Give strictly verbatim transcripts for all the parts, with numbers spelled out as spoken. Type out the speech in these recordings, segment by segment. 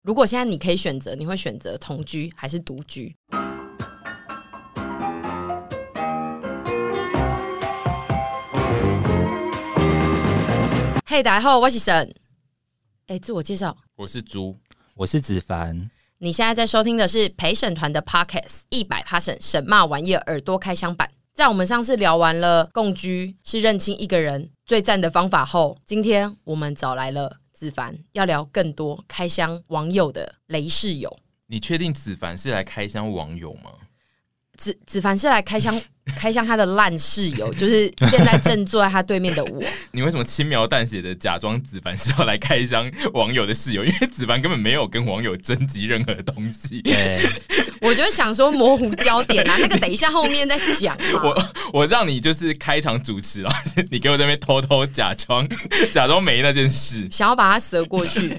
如果现在你可以选择，你会选择同居还是独居？嘿，大家好，我是沈。哎，自我介绍， 我是猪， 我是子凡。 你现在在收听的是陪审团的 Podcast 一百趴审审骂玩意耳朵开箱版。在我们上次聊完了共居是认清一个人最赞的方法后，今天我们找来了子凡，要聊更多开箱网友的雷室友。 你确定子凡是来开箱网友吗？ 子子凡是来开箱开箱他的烂室友，就是现在正坐在他对面的我。 你为什么轻描淡写的假装子凡是要来开箱网友的室友？因为子凡根本没有跟网友征集任何东西。 我就想说模糊焦点啊，那个等一下后面再讲嘛。 我我让你就是开场主持，然后你给我在那边偷偷假装假装没那件事， 想要把它折过去。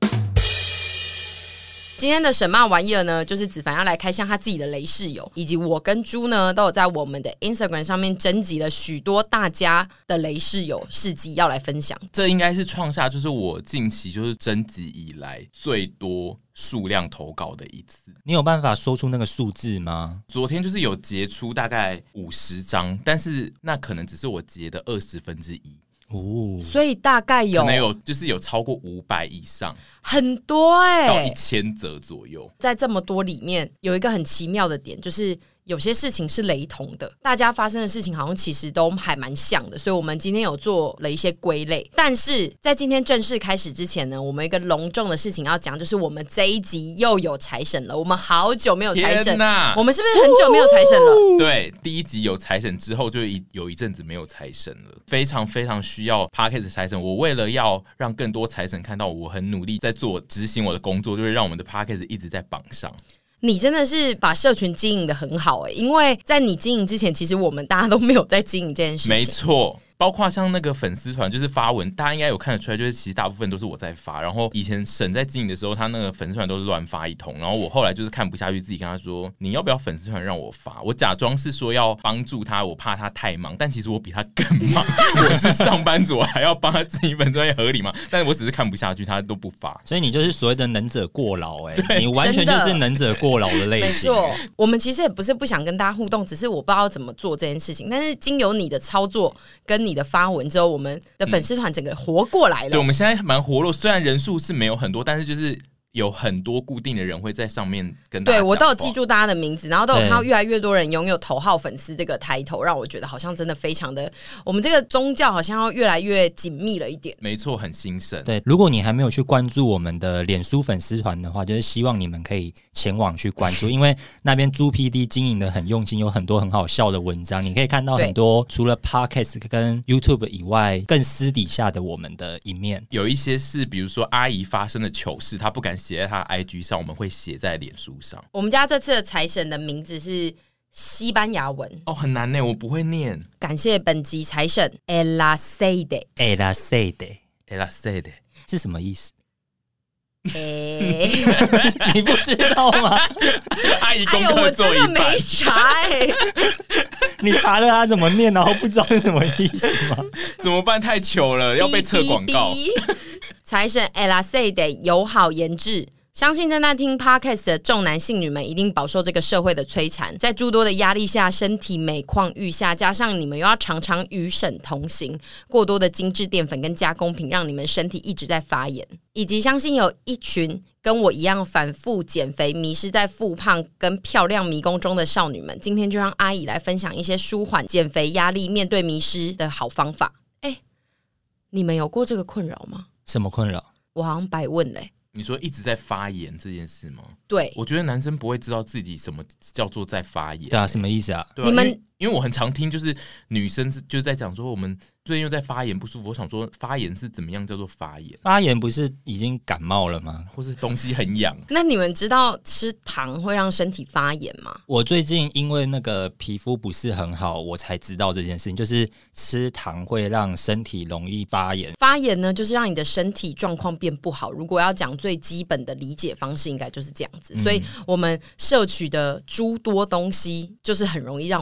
今天的审骂玩意儿呢，就是子凡要来开箱他自己的雷室友，以及我跟猪呢都有在我们的 Instagram 上面征集了许多大家的雷室友事迹要来分享。 这应该是创下就是我近期就是征集以来最多数量投稿的一次。 你有办法说出那个数字吗？ 昨天就是有截出大概五十张，但是那可能只是我截的二十分之一。 哦， 所以大概有可能有就是有超过五百以上， 很多哎、欸， 到一千则左右。 在这么多里面，有一个很奇妙的点，就是有些事情是雷同的，大家发生的事情好像其实都还蛮像的，所以我们今天有做了一些归类。但是在今天正式开始之前呢，我们有一个隆重的事情要讲，就是我们这一集又有财神了。我们好久没有财神，我们是不是很久没有财神了？ 对，第一集有财神之后，就有一阵子没有财神了，非常非常需要 Podcast 财神。我为了要让更多财神看到我很努力在做执行我的工作，就会让我们的 Podcast 一直在榜上。 你真的是把社群经营得很好哎、欸，因为在你经营之前，其实我们大家都没有在经营这件事情。 没错。包括像那个粉丝团，就是发文，大家应该有看得出来，就是其实大部分都是我在发。然后以前沈在经营的时候，他那个粉丝团都是乱发一通。然后我后来就是看不下去，自己跟他说：“你要不要粉丝团让我发？”我假装是说要帮助他，我怕他太忙，但其实我比他更忙。我是上班族，我还要帮他自己粉专业合理吗？但是我只是看不下去，他都不发。 所以你就是所谓的能者过劳、欸，哎，你完全就是能者过劳的类型。 没错，我们其实也不是不想跟大家互动，只是我不知道怎么做这件事情。但是经由你的操作跟你的发文之后，我们的粉丝团整个活过来了、嗯、 对，我们现在蛮活络，虽然人数是没有很多，但是就是有很多固定的人会在上面跟大家讲话。对， 我都有记住大家的名字，然后都有看到越来越多人拥有头号粉丝这个title，让我觉得好像真的非常的，我们这个宗教好像要越来越紧密了一点。 没错，很兴盛。 对，如果你还没有去关注我们的脸书粉丝团的话，就是希望你们可以前往去关注，因为那边猪 P D 经营的很用心，有很多很好笑的文章，你可以看到很多除了 Podcast 跟 YouTube 以外更私底下的我们的一面。 有一些是比如说阿姨发生的糗事，她不敢写在她 I G 上，我们会写在脸书上。 我们家这次的财神的名字是西班牙文哦，很难耶，我不会念。 感谢本集财神 Ella Sede Ella Sede Ella Sede 是什么意思？ 欸、 你不知道吗？ 阿姨功课做一半、 哎、我真的没查哎、欸， 你查了他怎么念，然后不知道是什么意思吗？ 怎么办？太糗了，要被测广告。 财神 Ella Sede 友好言志。相信正在听 Podcast 的众男性女们一定饱受这个社会的摧残，在诸多的压力下，身体每况愈下，加上你们又要常常与沈同行，过多的精致淀粉跟加工品让你们身体一直在发炎，以及相信有一群跟我一样反复减肥迷失在复胖跟漂亮迷宫中的少女们，今天就让阿姨来分享一些舒缓减肥压力、面对迷失的好方法。哎，你们有过这个困扰吗？ 什么困扰？ 我好像白问嘞、欸。 你说一直在发炎这件事吗？ 对， 我觉得男生不会知道自己什么叫做在发炎。 对啊，什么意思啊？ 对啊，你们 因, 因为我很常听，就是女生就在讲说我们最近又在发炎不舒服。我想说发炎是怎么样叫做发炎？ 发炎不是已经感冒了吗？ 或是东西很痒？ 那你们知道吃糖会让身体发炎吗？ 我最近因为那个皮肤不是很好，我才知道这件事情，就是吃糖会让身体容易发炎。 发炎呢，就是让你的身体状况变不好。如果要讲最基本的理解方式，应该就是这样子。嗯、所以我们摄取的诸多东西，就是很容易让我们发炎。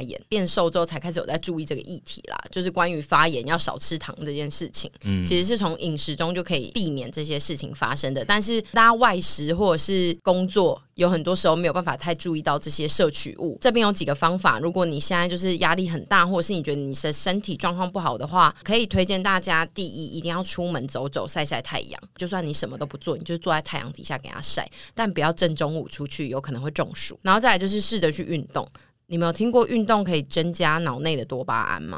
炎，变瘦之后才开始有在注意这个议题啦，就是关于发炎要少吃糖这件事情，嗯，其实是从饮食中就可以避免这些事情发生的。但是大家外食或者是工作，有很多时候没有办法太注意到这些摄取物。这边有几个方法，如果你现在就是压力很大，或者是你觉得你的身体状况不好的话，可以推荐大家第一一定要出门走走晒晒太阳，就算你什么都不做，你就坐在太阳底下给它晒，但不要正中午出去，有可能会中暑。然后再来就是试着去运动。你们有听过运动可以增加脑内的多巴胺吗？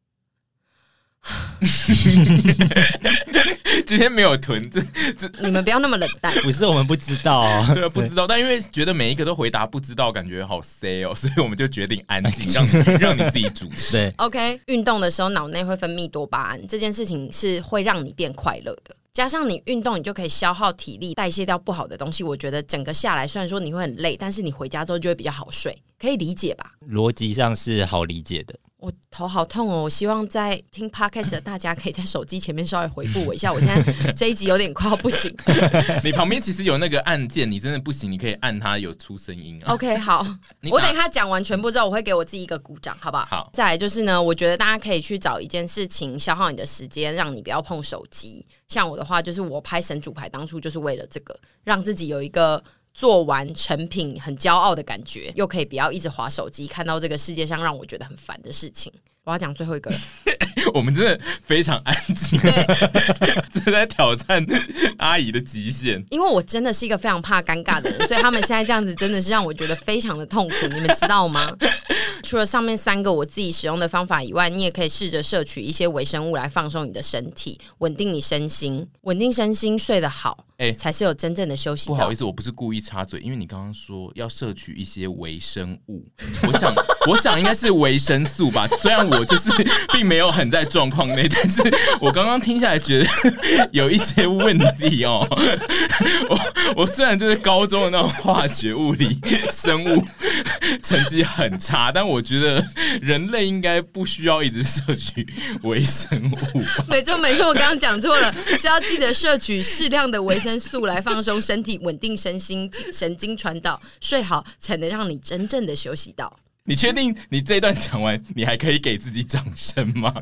今天没有囤，这这你们不要那么冷淡。 不是我们不知道哦， 对，不知道，但因为觉得每一个都回答不知道，感觉好 C 哦，所以我们就决定安静，让你让你自己主持。 对 ，OK， 运动的时候脑内会分泌多巴胺，这件事情是会让你变快乐的。加上你运动，你就可以消耗体力，代谢掉不好的东西。我觉得整个下来，虽然说你会很累，但是你回家之后就会比较好睡，可以理解吧？ 逻辑上是好理解的。 我头好痛哦！我希望在听 podcast 的大家可以在手机前面稍微回复我一下，我现在这一集有点快要不行。 你旁边其实有那个按键，你真的不行，你可以按它有出声音啊。 OK， 好，我等他讲完全部之后，我会给我自己一个鼓掌，好不好？ 好。 再来就是呢，我觉得大家可以去找一件事情消耗你的时间，让你不要碰手机。像我的话，就是我拍神主牌，当初就是为了这个，让自己有一个做完成品很骄傲的感觉，又可以不要一直滑手机，看到这个世界上让我觉得很烦的事情。我要讲最后一个了。 我们真的非常安静，这在挑战阿姨的极限。 因为我真的是一个非常怕尴尬的人，所以他们现在这样子真的是让我觉得非常的痛苦，你们知道吗？除了上面三个我自己使用的方法以外，你也可以试着摄取一些微生物来放松你的身体，稳定你身心，稳定身心，睡得好。欸、才是有真正的休息到。 不好意思，我不是故意插嘴，因为你刚刚说要摄取一些微生物，我想，我想应该是维生素吧。虽然我就是并没有很在状况内，但是我刚刚听下来觉得有一些问题哦。我我虽然就是高中的那种化学、物理、生物成绩很差，但我觉得人类应该不需要一直摄取微生物。 没错，没错，我刚刚讲错了，是要记得摄取适量的维生素来放松身体，稳定身心，神经传导，睡好才能让你真正的休息到。 你确定你这一段讲完，你还可以给自己掌声吗？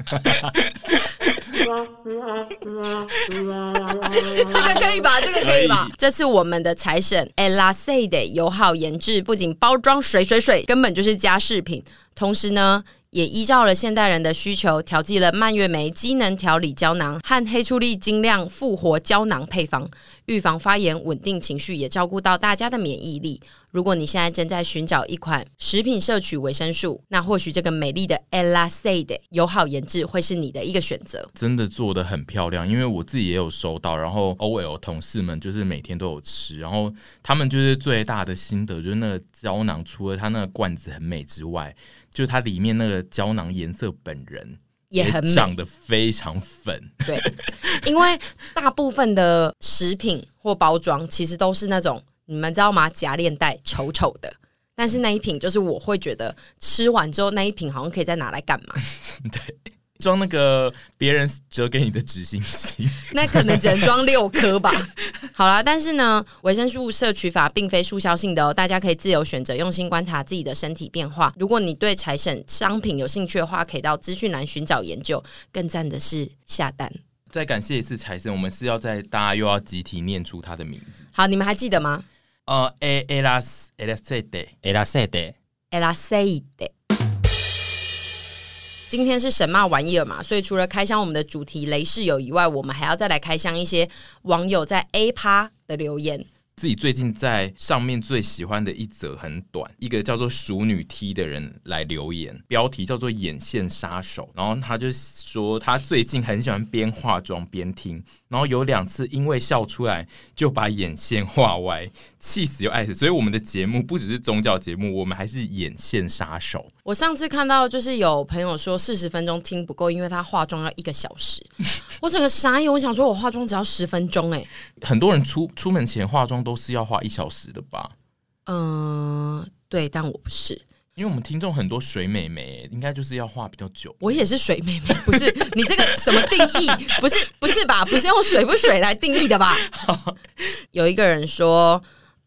这个可以吧？这个可以吧？这次我们的财神 Ella Sade 友好研制，不仅包装水水水，根本就是家饰品，同时呢也依照了现代人的需求，调剂了蔓越莓机能调理胶囊和黑醋栗精酿复活胶囊配方，预防发炎，稳定情绪，也照顾到大家的免疫力。如果你现在正在寻找一款食品摄取维生素，那或许这个美丽的 Ella Sade 友好研制会是你的一个选择。 真的做得很漂亮，因为我自己也有收到，然后 O L 同事们就是每天都有吃，然后他们就是最大的心得就是那个胶囊，除了它那个罐子很美之外，就是它里面那个胶囊颜色本人也很美， 长得非常粉。 对，因为大部分的食品或包装其实都是那种你们知道吗？夹链袋丑丑的，但是那一瓶就是我会觉得吃完之后那一瓶好像可以再拿来干嘛？ 对，装那个别人折给你的纸星星， 那可能只能装六颗吧。好啦，但是呢，维生素摄取法并非速效性的哦，大家可以自由选择，用心观察自己的身体变化。如果你对财神商品有兴趣的话，可以到资讯栏寻找研究。更赞的是下单。 再感谢一次财神，我们是要在大家又要集体念出他的名字。 好，你们还记得吗？ 呃 ，Ella Sade Ella Sade Ella Sade。今天是神骂玩意儿嘛，所以除了开箱我们的主题雷室友以外，我们还要再来开箱一些网友在 A 趴的留言。 自己最近在上面最喜欢的一则很短，一个叫做熟女 T 的人来留言，标题叫做眼线杀手，然后他就说他最近很喜欢边化妆边听，然后有两次因为笑出来就把眼线画歪，气死又爱死。所以我们的节目不只是宗教节目，我们还是眼线杀手。 我上次看到就是有朋友说四十分钟听不够，因为他化妆要一个小时。我整个傻眼，我想说我化妆只要十分钟哎。 很多人出出门前化妆都是要花一小时的吧？ 嗯、呃，对，但我不是。 因为我们听众很多水美眉，应该就是要画比较久。 我也是水美眉，不是你这个什么定义？不是不是吧？不是用水不水来定义的吧？有一个人说，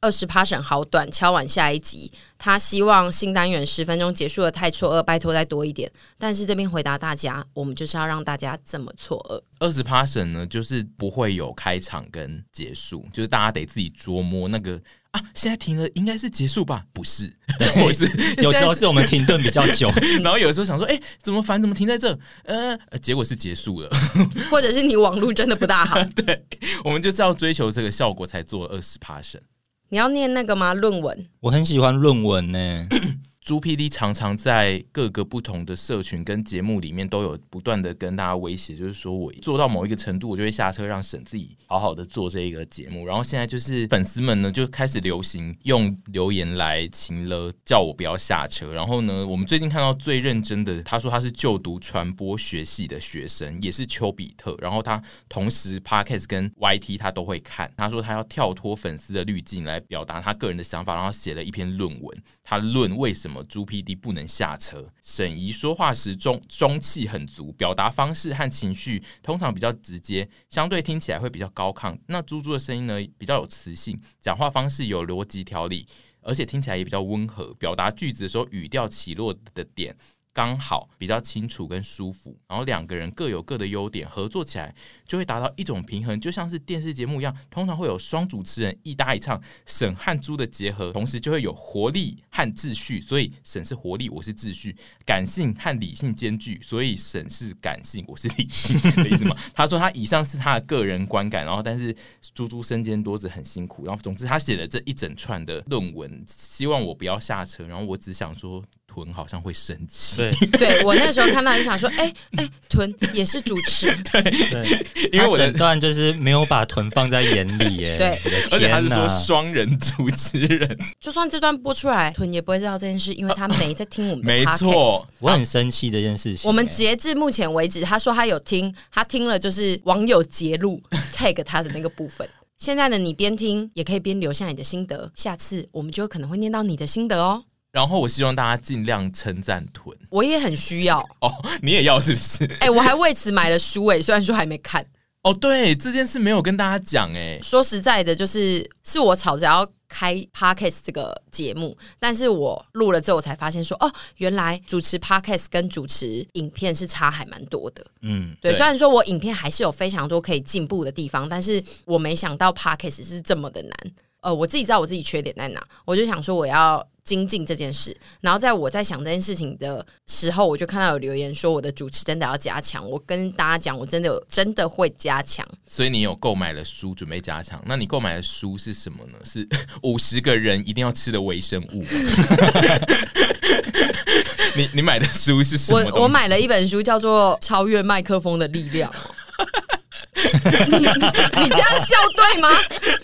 二十 passion 好短，敲完下一集。他希望新单元十分钟结束了太错愕，拜托再多一点。但是这边回答大家，我们就是要让大家这么错愕。 二十 passion 呢，就是不会有开场跟结束，就是大家得自己琢磨那个啊，现在停了应该是结束吧？不是，不是， 有时候是我们停顿比较久， 然后有时候想说，哎、欸，怎么烦？怎么停在这？呃，结果是结束了， 或者是你网路真的不大好。 对，我们就是要追求这个效果才做二十 passion。 你要念那个吗？论文？ 我很喜欢论文呢。 猪 P D 常常在各个不同的社群跟节目里面都有不断的跟大家威胁，就是说我做到某一个程度，我就会下车让沈自己好好的做这一个节目。然后现在就是粉丝们呢就开始流行用留言来情勒，叫我不要下车。然后呢，我们最近看到最认真的，他说他是就读传播学系的学生，也是丘比特。然后他同时 Podcast 跟 Y T 他都会看。他说他要跳脱粉丝的滤镜来表达他个人的想法，然后写了一篇论文。他论为什么猪 P D 不能下车。沈怡说话时中中气很足，表达方式和情绪通常比较直接，相对听起来会比较高亢。那猪猪的声音呢比较有磁性，讲话方式有逻辑条理，而且听起来也比较温和，表达句子的时候语调起落的点刚好比较清楚跟舒服，然后两个人各有各的优点，合作起来就会达到一种平衡，就像是电视节目一样，通常会有双主持人一搭一唱，沈和猪的结合，同时就会有活力和秩序，所以沈是活力，我是秩序，感性和理性兼具，所以沈是感性，我是理性的意思嘛？他说他以上是他的个人观感，然后但是猪猪身兼多职很辛苦，然后总之他写了这一整串的论文，希望我不要下车，然后我只想说屯好像会生气， 对， 对我那时候看到就想说，哎、欸、哎、欸，屯也是主持， 对对， 因为我的整段就是没有把屯放在眼里耶， 对， 而且他是说双人主持人， 就算这段播出来，屯也不会知道这件事，因为他没在听我们的 podcast。 没错， 我很生气这件事情。 我们截至目前为止，他说他有听，他听了就是网友截录 tag 他的那个部分。现在呢，你边听也可以边留下你的心得，下次我们就可能会念到你的心得哦。 然后我希望大家尽量称赞屯， 我也很需要哦，你也要是不是？ 哎、欸，我还为此买了书哎，虽然说还没看。 哦，对，这件事没有跟大家讲哎。 说实在的，就是是我吵着要开 Podcast 这个节目，但是我录了之后，我才发现说，哦，原来主持 Podcast 跟主持影片是差还蛮多的。嗯，对， 对， 虽然说我影片还是有非常多可以进步的地方，但是我没想到 Podcast 是这么的难。呃，我自己知道我自己缺点在哪，我就想说我要精进这件事。然后在我在想这件事情的时候，我就看到有留言说我的主持真的要加强。我跟大家讲，我真的有真的会加强。 所以你有购买了书准备加强？那你购买的书是什么呢？是五十个人一定要吃的微生物。你你买的书是什么东西？ 我我买了一本书，叫做《超越麦克风的力量》。你, 你, 你这样笑对吗？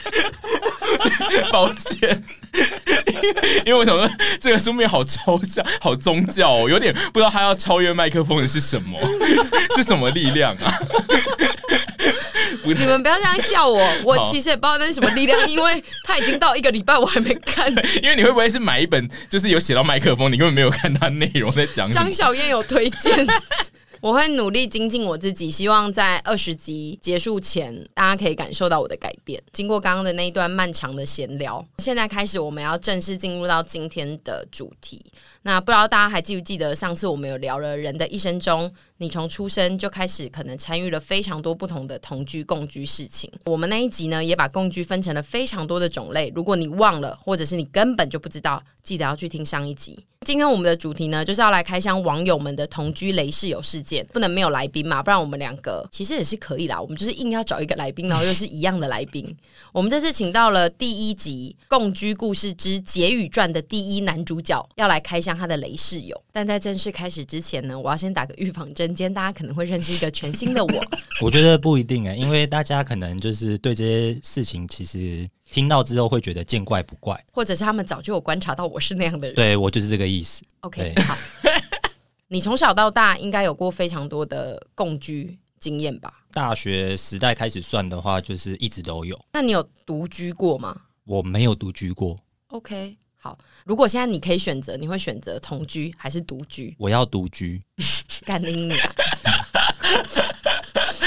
抱歉，因为我想说这个书面好抽象、好宗教哦，有点不知道他要超越麦克风的是什么，是什么力量啊？ 你们不要这样笑我，我其实也不知道那是什么力量，因为他已经到一个礼拜，我还没看。 因为你会不会是买一本就是有写到麦克风，你根本没有看它内容在讲什么？ 张小燕有推荐。我会努力精进我自己，希望在二十集结束前，大家可以感受到我的改变。经过刚刚的那一段漫长的闲聊，现在开始我们要正式进入到今天的主题。那不知道大家还记不记得上次我们有聊了人的一生中，你从出生就开始可能参与了非常多不同的同居共居事情。我们那一集呢也把共居分成了非常多的种类，如果你忘了或者是你根本就不知道，记得要去听上一集。今天我们的主题呢就是要来开箱网友们的同居雷室友事件，不能没有来宾嘛，不然我们两个其实也是可以啦，我们就是硬要找一个来宾，然后又是一样的来宾。我们这次请到了第一集共居故事之结语传的第一男主角，要来开箱他的雷室友。但在正式开始之前呢，我要先打个预防针，今天大家可能会认识一个全新的我。 我觉得不一定啊，因为大家可能就是对这些事情其实听到之后会觉得见怪不怪， 或者是他们早就有观察到我是那样的人。 对，我就是这个意思。 OK， 好。你从小到大应该有过非常多的共居经验吧？ 大学时代开始算的话，就是一直都有。 那你有独居过吗？ 我没有独居过。 OK， 好。如果现在你可以选择，你会选择同居还是独居？ 我要独居。 干你娘！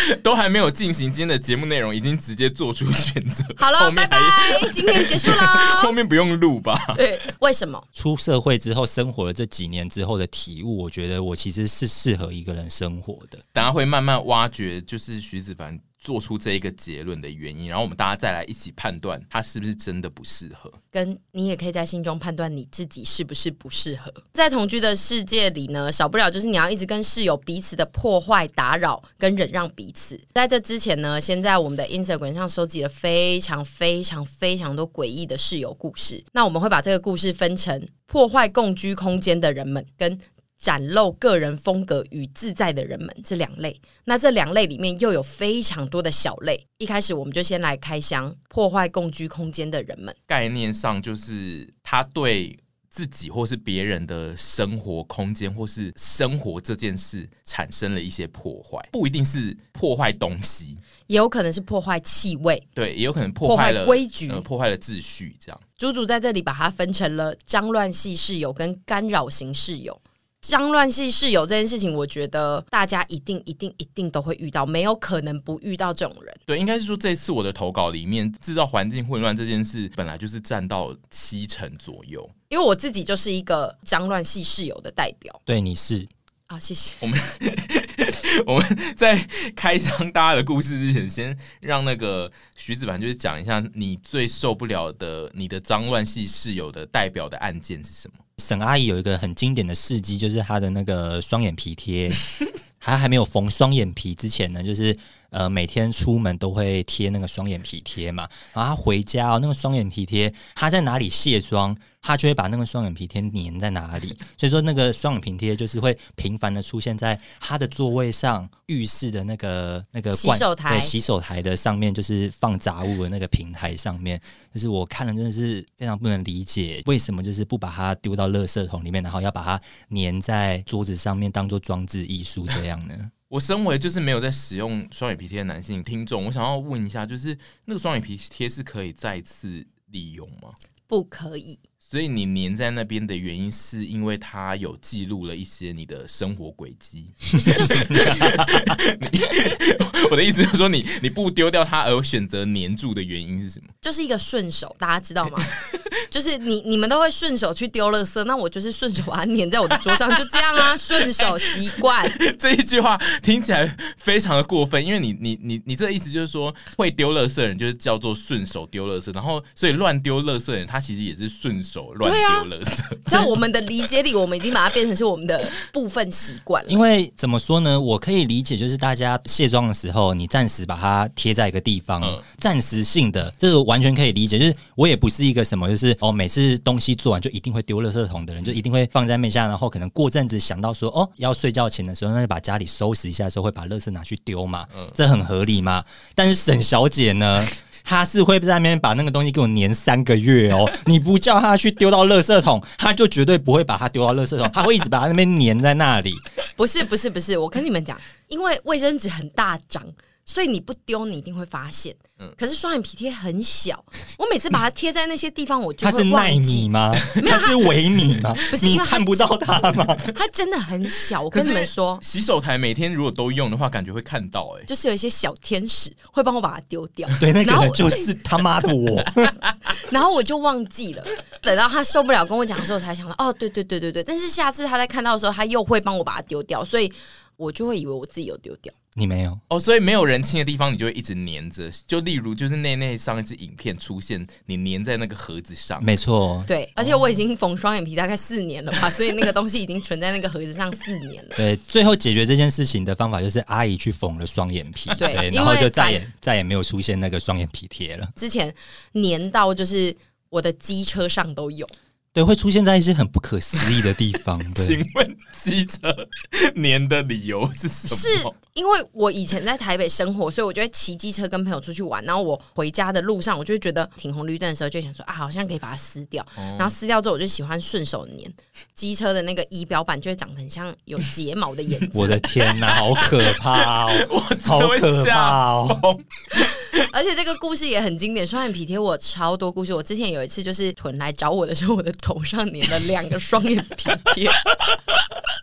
都还没有进行今天的节目内容，已经直接做出选择。 好了，拜拜，今天结束了。 后面不用录吧？ 对，为什么？ 出社会之后，生活了这几年之后的体悟，我觉得我其实是适合一个人生活的。 大家会慢慢挖掘，就是徐子凡做出这一个结论的原因，然后我们大家再来一起判断他是不是真的不适合。 跟你也可以在心中判断你自己是不是不适合。在同居的世界里呢，少不了就是你要一直跟室友彼此的破坏、打扰跟忍让彼此。在这之前呢，先在我们的 Instagram 上收集了非常非常非常多诡异的室友故事。那我们会把这个故事分成破坏共居空间的人们跟展露个人风格与自在的人们这两类。那这两类里面又有非常多的小类。一开始我们就先来开箱破坏共居空间的人们。 概念上就是他对自己或是别人的生活空间或是生活这件事产生了一些破坏，不一定是破坏东西， 也有可能是破坏气味， 对，也有可能破坏了破坏规矩、 呃、破坏了秩序。这样， 猪猪在这里把它分成了脏乱系室友跟干扰型室友。脏乱系室友这件事情，我觉得大家一定一定一定都会遇到，没有可能不遇到这种人。 对，应该是说这次我的投稿里面，制造环境混乱这件事本来就是占到七成左右。 因为我自己就是一个脏乱系室友的代表。 对，你是啊，谢谢。 我们我们在开箱大家的故事之前，先让那个徐子凡就是讲一下你最受不了的你的脏乱系室友的代表的案件是什么。 沈阿姨有一个很经典的事迹，就是她的那个双眼皮贴，她还没有缝双眼皮之前呢，就是呃每天出门都会贴那个双眼皮贴嘛，然后她回家哦，那个双眼皮贴她在哪里卸妆，她就会把那个双眼皮贴粘在哪里，所以说那个双眼皮贴就是会频繁的出现在她的座位上、浴室的那个那个洗手台， 对，洗手台的上面，就是放杂物的那个平台上面，就是我看了真的是非常不能理解，为什么就是不把它丢到垃圾桶里面，然后要把它粘在桌子上面当做装置艺术这样呢？ 我身为就是没有在使用双眼皮贴的男性听众，我想要问一下，就是那个双眼皮贴是可以再次利用吗？ 不可以。 所以你粘在那边的原因是因为它有记录了一些你的生活轨迹， 就是就是我的意思是说你你不丢掉它而选择粘住的原因是什么？ 就是一个顺手，大家知道吗？就是你你们都会顺手去丢垃圾，那我就是顺手把它粘在我的桌上，就这样啊，顺手习惯。 这一句话听起来非常的过分，因为你你你你这个意思就是说，会丢垃圾的人就是叫做顺手丢垃圾，然后所以乱丢垃圾的人他其实也是顺手乱丢垃圾。 在我们的理解里，我们已经把它变成是我们的部分习惯了。 因为怎么说呢，我可以理解，就是大家卸妆的时候，你暂时把它贴在一个地方，嗯、暂时性的，这个完全可以理解。就是我也不是一个什么，就是哦，每次东西做完就一定会丢垃圾桶的人，就一定会放在面下，然后可能过阵子想到说，哦，要睡觉前的时候，那就把家里收拾一下的时候，会把垃圾拿去丢嘛，嗯、这很合理嘛。但是沈小姐呢？他是会在那边把那个东西给我粘三个月哦，你不叫他去丢到垃圾桶，他就绝对不会把它丢到垃圾桶，他会一直把它那边粘在那里。 不是不是不是，我跟你们讲，因为卫生纸很大张，所以你不丢你一定会发现。嗯、可是双眼皮贴很小，我每次把它贴在那些地方，我就会忘记。 它是奈米吗？它是微米吗？ 不是，因为你看不到它吗？ 它真的很小。我跟你们说， 洗手台每天如果都用的话，感觉会看到哎、欸， 就是有一些小天使会帮我把它丢掉。 对，那个人就是他妈的我。 然后我就忘记了，等到他受不了跟我讲的时候，我才想到哦，对对对对对。但是下次他在看到的时候，他又会帮我把它丢掉，所以我就会以为我自己有丢掉。 你没有哦，所以没有人亲的地方，你就会一直黏着。就例如，就是内内上一支影片出现，你黏在那个盒子上， 没错。 对，而且我已经缝双眼皮大概四年了吧，所以那个东西已经存在那个盒子上四年了。 对，最后解决这件事情的方法就是阿姨去缝了双眼皮， 对， 对，然后就再也再也没有出现那个双眼皮贴了。 之前黏到就是我的机车上都有。 对，会出现在一些很不可思议的地方。对， 请问机车黏的理由是什么？ 是因为我以前在台北生活，所以我就会骑机车跟朋友出去玩，然后我回家的路上，我就会觉得停红绿灯的时候，就想说啊，好像可以把它撕掉。哦、然后撕掉之后，我就喜欢顺手粘机车的那个仪表板，就会长得很像有睫毛的眼睛。 我的天哪，好可怕哦！好可怕哦！ 而且这个故事也很经典，双眼皮贴我超多故事。我之前有一次就是屯来找我的时候，我的头上粘了两个双眼皮贴。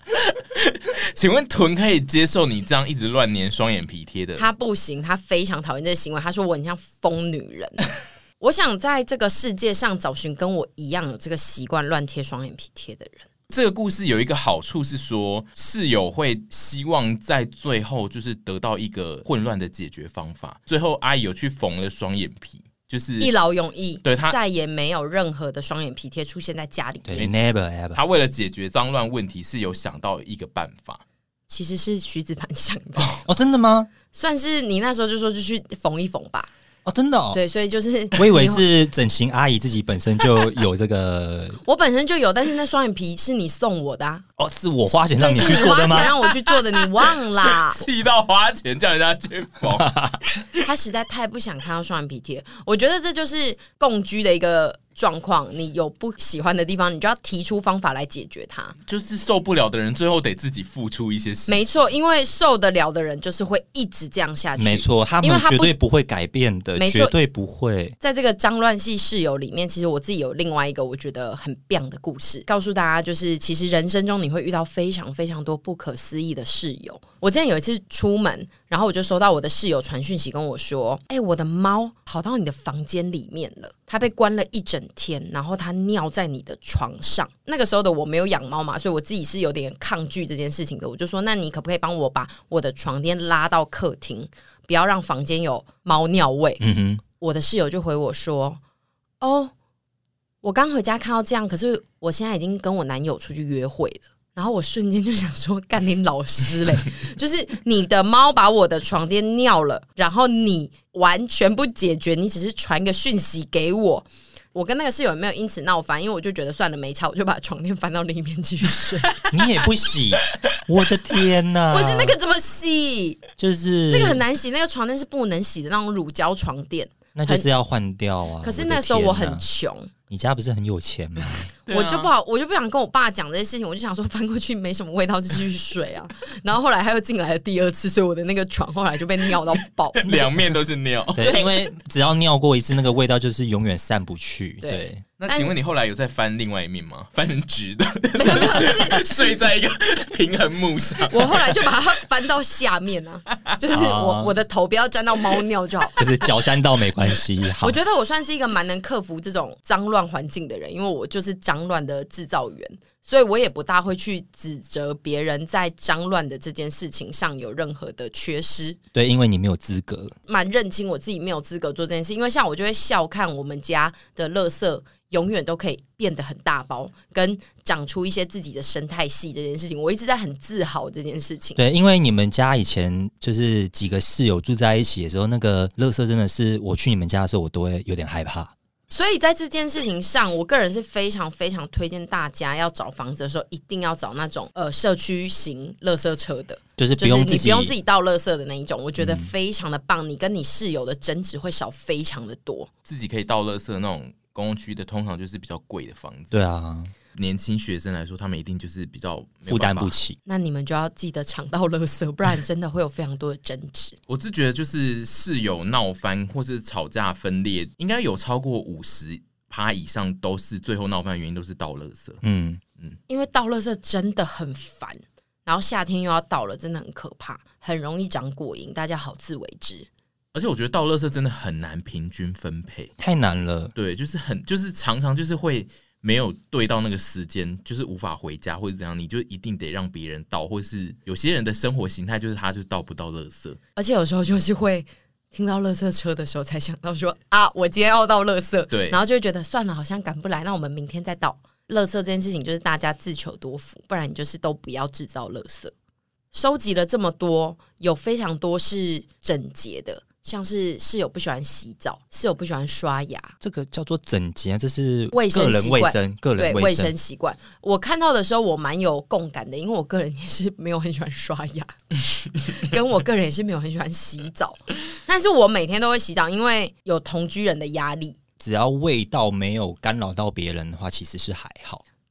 请问臀可以接受你这样一直乱粘双眼皮贴的？ 他不行，他非常讨厌这个行为。他说我很像疯女人。我想在这个世界上找寻跟我一样有这个习惯乱贴双眼皮贴的人。 这个故事有一个好处是说，室友会希望在最后就是得到一个混乱的解决方法。最后阿姨有去缝了双眼皮，就是一劳永逸， 对他再也没有任何的双眼皮贴出现在家里面。 对 ，never ever。 他为了解决脏乱问题，是有想到一个办法。 其实是徐子凡想的。 哦，真的吗？ 算是你那时候就说就去缝一缝吧。 哦，真的哦。 对，所以就是我以为是整形阿姨自己本身就有这个， 我本身就有，但是那双眼皮是你送我的啊。 哦，是我花钱让你对， 去做的吗？ 是你花钱让我去做的，你忘啦？ 气到花钱叫人家去缝。 他实在太不想看到双眼皮贴，我觉得这就是共居的一个状况。你有不喜欢的地方，你就要提出方法来解决它。 就是受不了的人，最后得自己付出一些事情。 没错，因为受得了的人就是会一直这样下去。 没错，他们绝对不会改变的，绝对不会。 在这个脏乱系室友里面，其实我自己有另外一个我觉得很棒的故事，告诉大家，就是其实人生中你会遇到非常非常多不可思议的室友。我之前有一次出门，然后我就收到我的室友传讯息跟我说：“哎、欸，我的猫跑到你的房间里面了，它被关了一整天，然后它尿在你的床上。”那个时候的我没有养猫嘛，所以我自己是有点抗拒这件事情的。我就说：“那你可不可以帮我把我的床垫拉到客厅，不要让房间有猫尿味？”嗯哼，我的室友就回我说：“哦，我刚回家看到这样，可是我现在已经跟我男友出去约会了。”然后我瞬间就想说，干你老师嘞！就是你的猫把我的床垫尿了，然后你完全不解决，你只是传个讯息给我。我跟那个室友也没有因此闹翻，因为我就觉得算了没差，我就把床垫翻到另一边继续睡。 你也不洗，我的天哪！ 不是那个怎么洗？ 就是那个很难洗，那个床垫是不能洗的那种乳胶床垫， 那就是要换掉啊。 可是那时候我很穷。 你家不是很有钱吗？ 我就不好，我就不想跟我爸讲这些事情，我就想说翻过去没什么味道就继续睡啊。然后后来他又进来了第二次，所以我的那个床后来就被尿到爆， 两面都是尿。 对，因为只要尿过一次，那个味道就是永远散不去。对。对， 那请问你后来有再翻另外一面吗？翻成直的， 没有没有，就是睡在一个平衡木上。 我后来就把它翻到下面啊，就是我、啊、我的头不要沾到猫尿就好， 就是脚沾到没关系。 我觉得我算是一个蛮能克服这种脏乱环境的人，因为我就是脏乱的制造源，所以我也不大会去指责别人在脏乱的这件事情上有任何的缺失。 对，因为你没有资格， 蛮认清我自己没有资格做这件事。因为像我就会笑看我们家的垃圾永远都可以变得很大包，跟长出一些自己的生态系这件事情，我一直在很自豪这件事情。 对，因为你们家以前就是几个室友住在一起的时候，那个垃圾真的是我去你们家的时候，我都会有点害怕。 所以在这件事情上，我个人是非常非常推荐大家要找房子的时候，一定要找那种呃社区型垃圾车的， 就是不用自己、 就是、你不用自己倒垃圾的那一种，我觉得非常的棒。嗯、你跟你室友的争执会少非常的多。 自己可以倒垃圾的那种公共区的，通常就是比较贵的房子。 对啊。 年轻学生来说，他们一定就是比较负担不起。 那你们就要记得常倒垃圾，不然真的会有非常多的争执。 我是觉得，就是室友闹翻或是吵架分裂，应该有超过五十趴以上都是最后闹翻的原因都是倒垃圾。嗯嗯，因为倒垃圾真的很烦，然后夏天又要倒了，真的很可怕，很容易长果蝇，大家好自为之。 而且我觉得倒垃圾真的很难平均分配， 太难了。 对，就是很就是常常就是会。没有对到那个时间，就是无法回家或者怎样，你就一定得让别人倒，或是有些人的生活形态就是他就倒不到垃圾， 而且有时候就是会听到垃圾车的时候才想到说啊，我今天要倒垃圾， 对， 然后就会觉得算了，好像赶不来，那我们明天再倒。垃圾这件事情就是大家自求多福，不然你就是都不要制造垃圾。收集了这么多，有非常多是整洁的。像是室友不喜欢洗澡，室友不喜欢刷牙， 这个叫做整洁，这是卫生个人卫生，个人卫生习惯。我看到的时候，我蛮有共感的，因为我个人也是没有很喜欢刷牙，跟我个人也是没有很喜欢洗澡。但是我每天都会洗澡，因为有同居人的压力。 只要味道没有干扰到别人的话，其实是还好。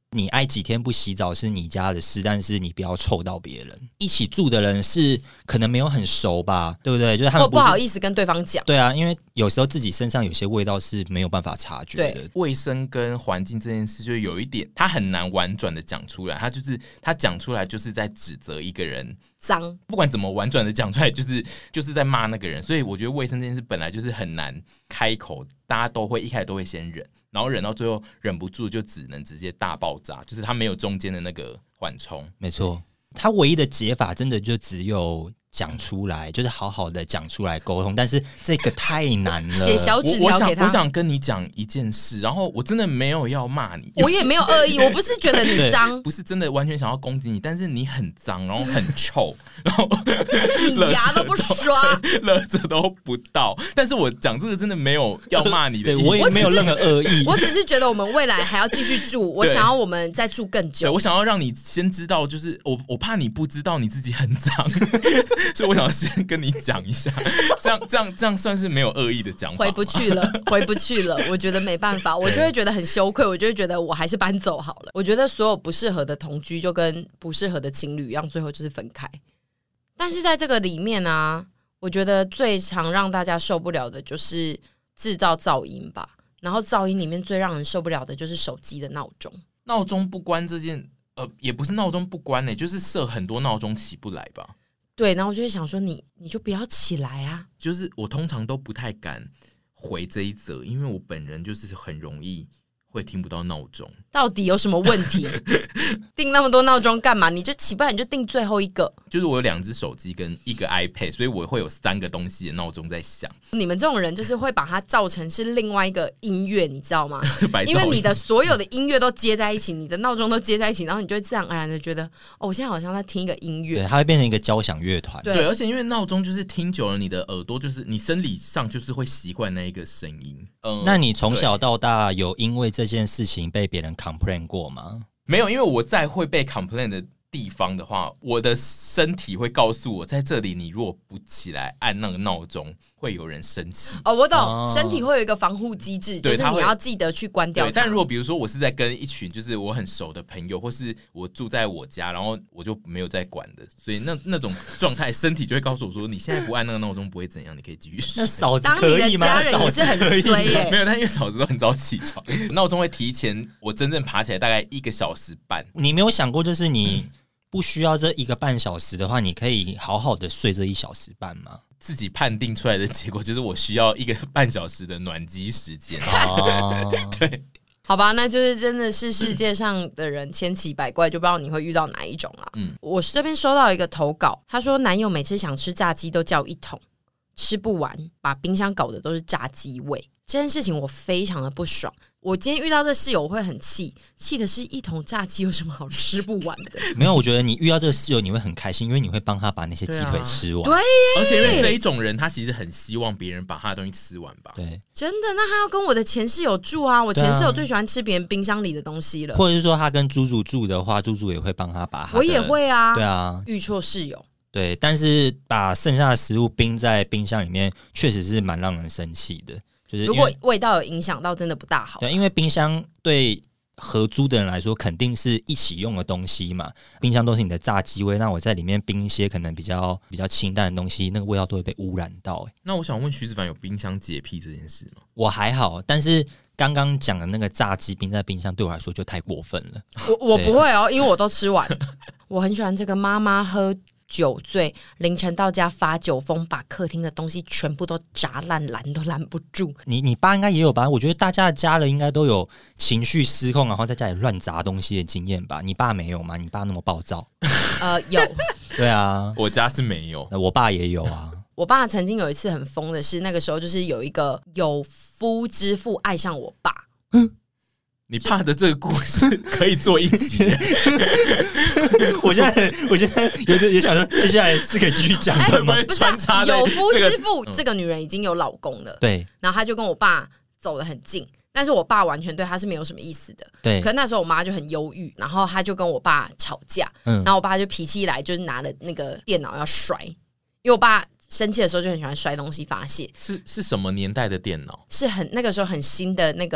你挨几天不洗澡是你家的事，但是你不要臭到别人。一起住的人是可能没有很熟吧，对不对？就是他们不, 不好意思跟对方讲。 对啊，因为有时候自己身上有些味道是没有办法察觉的。 卫生跟环境这件事，就有一点他很难婉转的讲出来，他就是他讲出来就是在指责一个人脏， 不管怎么婉转的讲出来，就是就是在骂那个人。所以我觉得卫生这件事本来就是很难开口，大家都会一开始都会先忍，然后忍到最后忍不住就只能直接大爆炸，就是他没有中间的那个缓冲。 没错，他唯一的解法真的就只有讲出来，就是好好的讲出来沟通，但是这个太难了。 写小纸条给他。 我想我想跟你讲一件事，然后我真的没有要骂你， 我也没有恶意，我不是觉得你脏， 不是真的完全想要攻击你，但是你很脏，然后很臭，然后你牙都不刷， 垃圾都不倒。但是我讲这个真的没有要骂你的意思， 我也没有任何恶意， 我只是觉得我们未来还要继续住，我想要我们再住更久。 对，我想要让你先知道，就是我我怕你不知道你自己很脏。所以我想先跟你讲一下，这样这样这样算是没有恶意的讲法。 回不去了，回不去了，我觉得没办法，我就会觉得很羞愧，我就会觉得我还是搬走好了。我觉得所有不适合的同居就跟不适合的情侣一样，最后就是分开。但是在这个里面啊，我觉得最常让大家受不了的就是制造噪音吧。然后噪音里面最让人受不了的就是手机的闹钟。 闹钟不关这件，呃，也不是闹钟不关呢、欸，就是设很多闹钟起不来吧。 对，然后我就会想说你你就不要起来啊。 就是我通常都不太敢回这一则，因为我本人就是很容易会听不到闹钟。 到底有什么问题？定那么多闹钟干嘛？你就起不来你就定最后一个。 就是我有两只手机跟一个 iPad， 所以我会有三个东西的闹钟在响。 你们这种人就是会把它造成是另外一个音乐，你知道吗？因为你的所有的音乐都接在一起，你的闹钟都接在一起，然后你就会自然而然的觉得，哦，我现在好像在听一个音乐。 对，它会变成一个交响乐团。 对，而且因为闹钟就是听久了，你的耳朵就是你生理上就是会习惯那一个声音。嗯， 那你从小到大有因为这件事情被别人 complain 过吗？ 没有，因为我在会被 complain 的地方的话，我的身体会告诉我，在这里你如果不起来按那个闹钟，会有人生气。 哦，我懂，哦、身体会有一个防护机制，就是你要记得去关掉它。 但如果比如说我是在跟一群就是我很熟的朋友，或是我住在我家，然后我就没有在管的，所以那那种状态，身体就会告诉我说，你现在不按那个闹钟不会怎样，你可以继续睡。 那嫂子可以吗？ 当你的家人也是很衰耶、欸。 没有，但因为嫂子都很早起床，闹钟会提前我真正爬起来大概一个小时半。 你没有想过，就是你、嗯。不需要这一个半小时的话，你可以好好的睡这一小时半吗？ 自己判定出来的结果就是我需要一个半小时的暖机时间。 哦， 对， 好吧，那就是真的是世界上的人千奇百怪，就不知道你会遇到哪一种啦。嗯，我这边收到一个投稿，他说男友每次想吃炸鸡都叫一桶，吃不完，把冰箱搞的都是炸鸡味。这件事情我非常的不爽。我今天遇到这室友我会很气，气的是一桶炸鸡有什么好吃不完的？ 没有，我觉得你遇到这个室友你会很开心，因为你会帮他把那些鸡腿吃完。 对、啊， 而且因为这一种人他其实很希望别人把他的东西吃完吧。 对， 真的。那他要跟我的前室友住啊，我前室友最喜欢吃别人冰箱里的东西了。 或者是说他跟猪猪住的话，猪猪也会帮他把他的。 我也会啊。 对啊， 遇错室友。 对，但是把剩下的食物冰在冰箱里面，确实是蛮让人生气的。就是如果味道有影响到，真的不大好。 对，因为冰箱对合租的人来说，肯定是一起用的东西嘛。冰箱都是你的炸鸡味，那我在里面冰一些可能比较比较清淡的东西，那个味道都会被污染到、欸。 那我想问徐子凡，有冰箱洁癖这件事吗？ 我还好，但是刚刚讲的那个炸鸡冰在冰箱，对我来说就太过分了。 我我不会哦，因为我都吃完。我很喜欢这个妈妈喝酒醉，凌晨到家发酒疯，把客厅的东西全部都砸烂，拦都拦不住。 你你爸应该也有吧？我觉得大家的家人应该都有情绪失控，然后在家里乱砸东西的经验吧？你爸没有吗？你爸那么暴躁？ 呃，有。 对啊， 我家是没有， 我爸也有啊。 我爸曾经有一次很疯的是，那个时候就是有一个有夫之妇爱上我爸。 你爸的这个故事可以做一集。 我现在我现在有点也想说，接下来是可以继续讲的吗？ 欸、不是、啊，有夫之妇、这个，这个女人已经有老公了。 对， 然后他就跟我爸走得很近，但是我爸完全对他是没有什么意思的。 对， 可是那时候我妈就很忧郁，然后他就跟我爸吵架，嗯，然后我爸就脾气一来，就是拿了那个电脑要摔，因为我爸生气的时候就很喜欢摔东西发泄。 是是什么年代的电脑？ 是很那个时候很新的那个。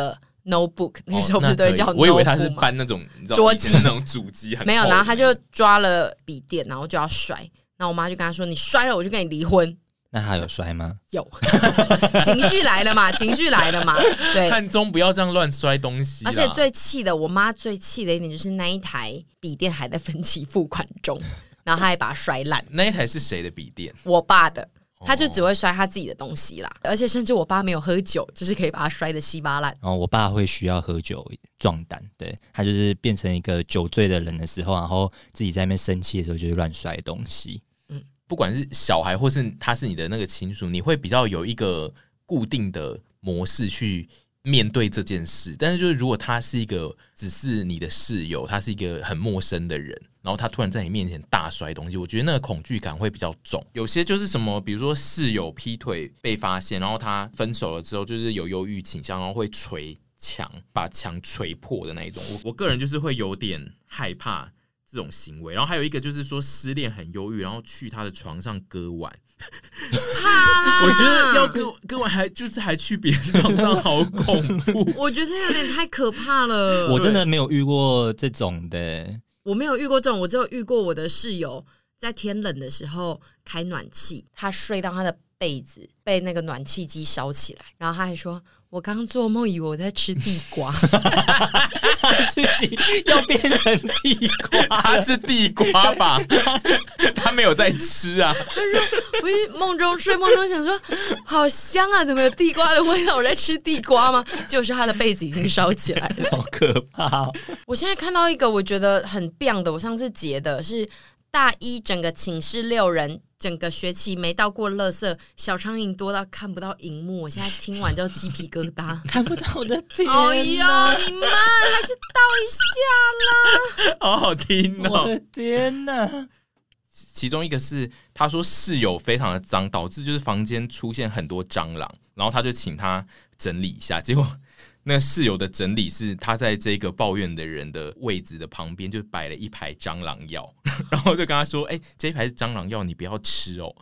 notebook， 那个时候不是都会叫 notebook 吗？ 我以为他是搬那种你知道桌机那种主机， 没有，然后他就抓了笔电，然后就要摔，然后我妈就跟他说：“你摔了，我就跟你离婚。” 那他有摔吗？ 有，情绪来了嘛，情绪来了嘛。对， 看中不要这样乱摔东西。 而且最气的，我妈最气的一点就是那一台笔电还在分期付款中，然后他还把它摔烂。 那一台是谁的笔电？ 我爸的。他就只会摔他自己的东西啦，而且甚至我爸没有喝酒，就是可以把它摔得稀巴烂。 然后我爸会需要喝酒壮胆，对，他就是变成一个酒醉的人的时候，然后自己在那边生气的时候就会乱摔东西。 嗯，不管是小孩或是他是你的那个亲属，你会比较有一个固定的模式去面对这件事。但是就是如果他是一个只是你的室友，他是一个很陌生的人，然后他突然在你面前大摔东西，我觉得那个恐惧感会比较重。有些就是什么，比如说室友劈腿被发现，然后他分手了之后就是有忧郁倾向，然后会捶墙，把墙捶破的那一种。我我个人就是会有点害怕这种行为。然后还有一个就是说失恋很忧郁，然后去他的床上割腕。我觉得要割割完还就是还去别人床上，好恐怖。 我觉得有点太可怕了。 我真的没有遇过这种的。 我没有遇过这种，我只有遇过我的室友在天冷的时候开暖气，他睡到他的被子被那个暖气机烧起来，然后他还说：“我刚做梦以为我在吃地瓜。” 他自己要变成地瓜， 他是地瓜吧？他没有在吃啊。 他说：“我一梦中睡梦中想说，好香啊，怎么有地瓜的味道？我在吃地瓜吗？”就是他的被子已经烧起来了， 好可怕哦！ 我现在看到一个我觉得很棒的，我上次截的是大一整个寝室六人。整个学期没到过垃圾，小苍蝇多到看不到荧幕，我现在听完就鸡皮疙瘩。 看不到我的天哪！ 哎呀，你们还是倒一下啦！ 好好听哦！ 我的天哪！ 其中一个是他说室友非常的脏，导致就是房间出现很多蟑螂，然后他就请他整理一下，结果那室友的整理是他在这个抱怨的人的位置的旁边就摆了一排蟑螂药，然后就跟他说：“哎、欸，这一排是蟑螂药，你不要吃哦。”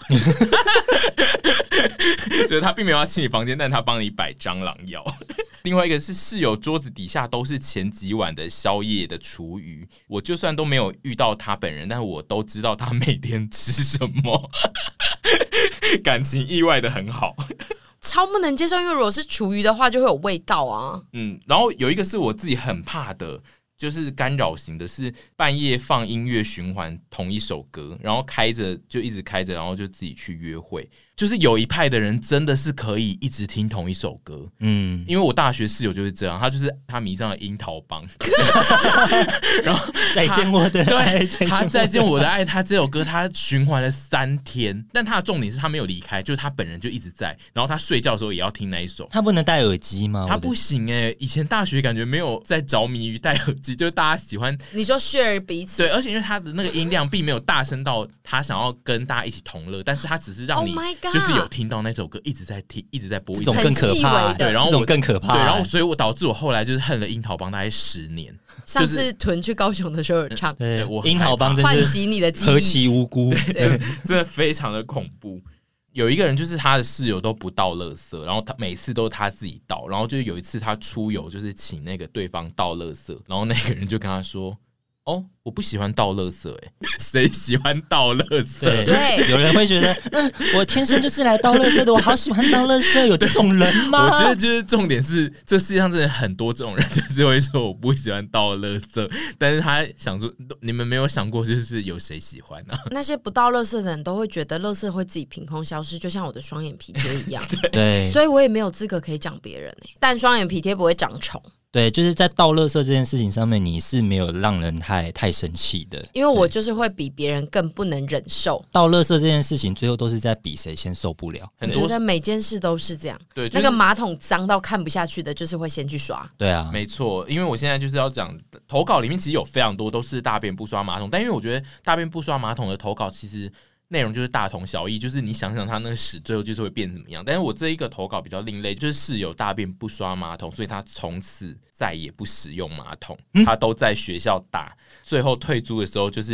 所以他并没有要清理房间，但他帮你摆蟑螂药。另外一个是室友桌子底下都是前几晚的宵夜的厨余，我就算都没有遇到他本人，但是我都知道他每天吃什么，感情意外的很好。 超不能接受，因为如果是厨余的话就会有味道啊。 嗯，然后有一个是我自己很怕的，就是干扰型的，是半夜放音乐循环同一首歌，然后开着就一直开着，然后就自己去约会。就是有一派的人真的是可以一直听同一首歌，嗯，因为我大学室友就是这样，他就是他迷上了樱桃帮，然后再见我的爱， 对，他再见我的爱，他这首歌他循环了三天，但他的重点是他没有离开，就是他本人就一直在，然后他睡觉的时候也要听那一首。 他不能戴耳机吗？ 他不行哎、欸，以前大学感觉没有在着迷于戴耳机，就是大家喜欢你说 share 彼此， 对，而且因为他的那个音量并没有大声到他想要跟大家一起同乐，但是他只是让你。 Oh 就是有听到那首歌一直在听，一直在播， 这种更可怕。 对，然后这种更可怕。 对，然后所以我导致我后来就是恨了樱桃帮大概十年。 上次屯去高雄的时候有唱， 对，我樱桃帮真是唤起你的记忆， 何其无辜， 对，真的非常的恐怖。有一个人就是他的室友都不倒垃圾，然后他每次都是他自己倒，然后就有一次他出游就是请那个对方倒垃圾，然后那个人就跟他说。哦，我不喜欢倒垃圾，哎，谁喜欢倒垃圾？ 对，对有人会觉得，嗯，我天生就是来倒垃圾的，我好喜欢倒垃圾，有这种人吗？ 我觉得就是重点是，这世界上真的很多这种人，就是会说我不喜欢倒垃圾，但是他想说，你们没有想过，就是有谁喜欢呢、啊？ 那些不倒垃圾的人都会觉得垃圾会自己凭空消失，就像我的双眼皮贴一样。 对， 所以我也没有资格可以讲别人、欸、但双眼皮贴不会长虫。 对，就是在倒垃圾这件事情上面，你是没有让人太太生气的， 因为我就是会比别人更不能忍受。 倒垃圾这件事情，最后都是在比谁先受不了。 我觉得每件事都是这样。 对，就是、 那个马桶脏到看不下去的，就是会先去刷。 对啊， 没错。因为我现在就是要讲投稿里面，其实有非常多都是大便不刷马桶，但因为我觉得大便不刷马桶的投稿其实。内容就是大同小异，就是你想想他那个屎最后就是会变怎么样。但是我这一个投稿比较另类，就是室友大便不刷马桶，所以他从此再也不使用马桶，他都在学校打。最后退租的时候，就是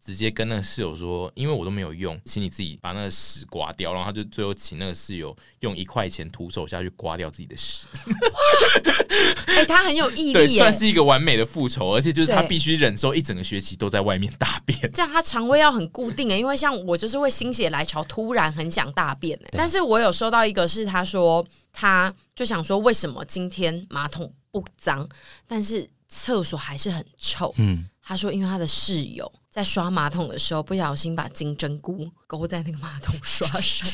直接跟那个室友说，因为我都没有用，请你自己把那个屎刮掉。然后他就最后请那个室友用一块钱徒手下去刮掉自己的屎。 哎、欸，他很有毅力对， 耶， 算是一个完美的复仇，而且就是他必须忍受一整个学期都在外面大便。 这样他肠胃要很固定哎，因为像我就是会心血来潮，突然很想大便哎。但是我有收到一个是他说，他就想说为什么今天马桶不脏，但是厕所还是很臭。嗯，他说因为他的室友在刷马桶的时候不小心把金针菇勾在那个马桶刷上。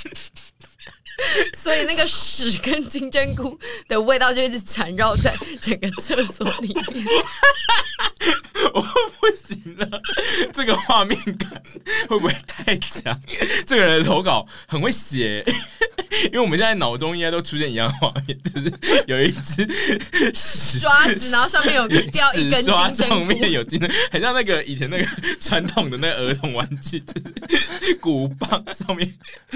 所以那个屎跟金针菇的味道就一直缠绕在整个厕所里面。 我不行了，这个画面感会不会太强？这个人的投稿很会写，因为我们现在脑中应该都出现一样的画面，就是有一只屎刷子，然后上面有掉一根金针菇， 上面有金针菇，很像那个以前那个传统的那个儿童玩具，就是鼓棒上面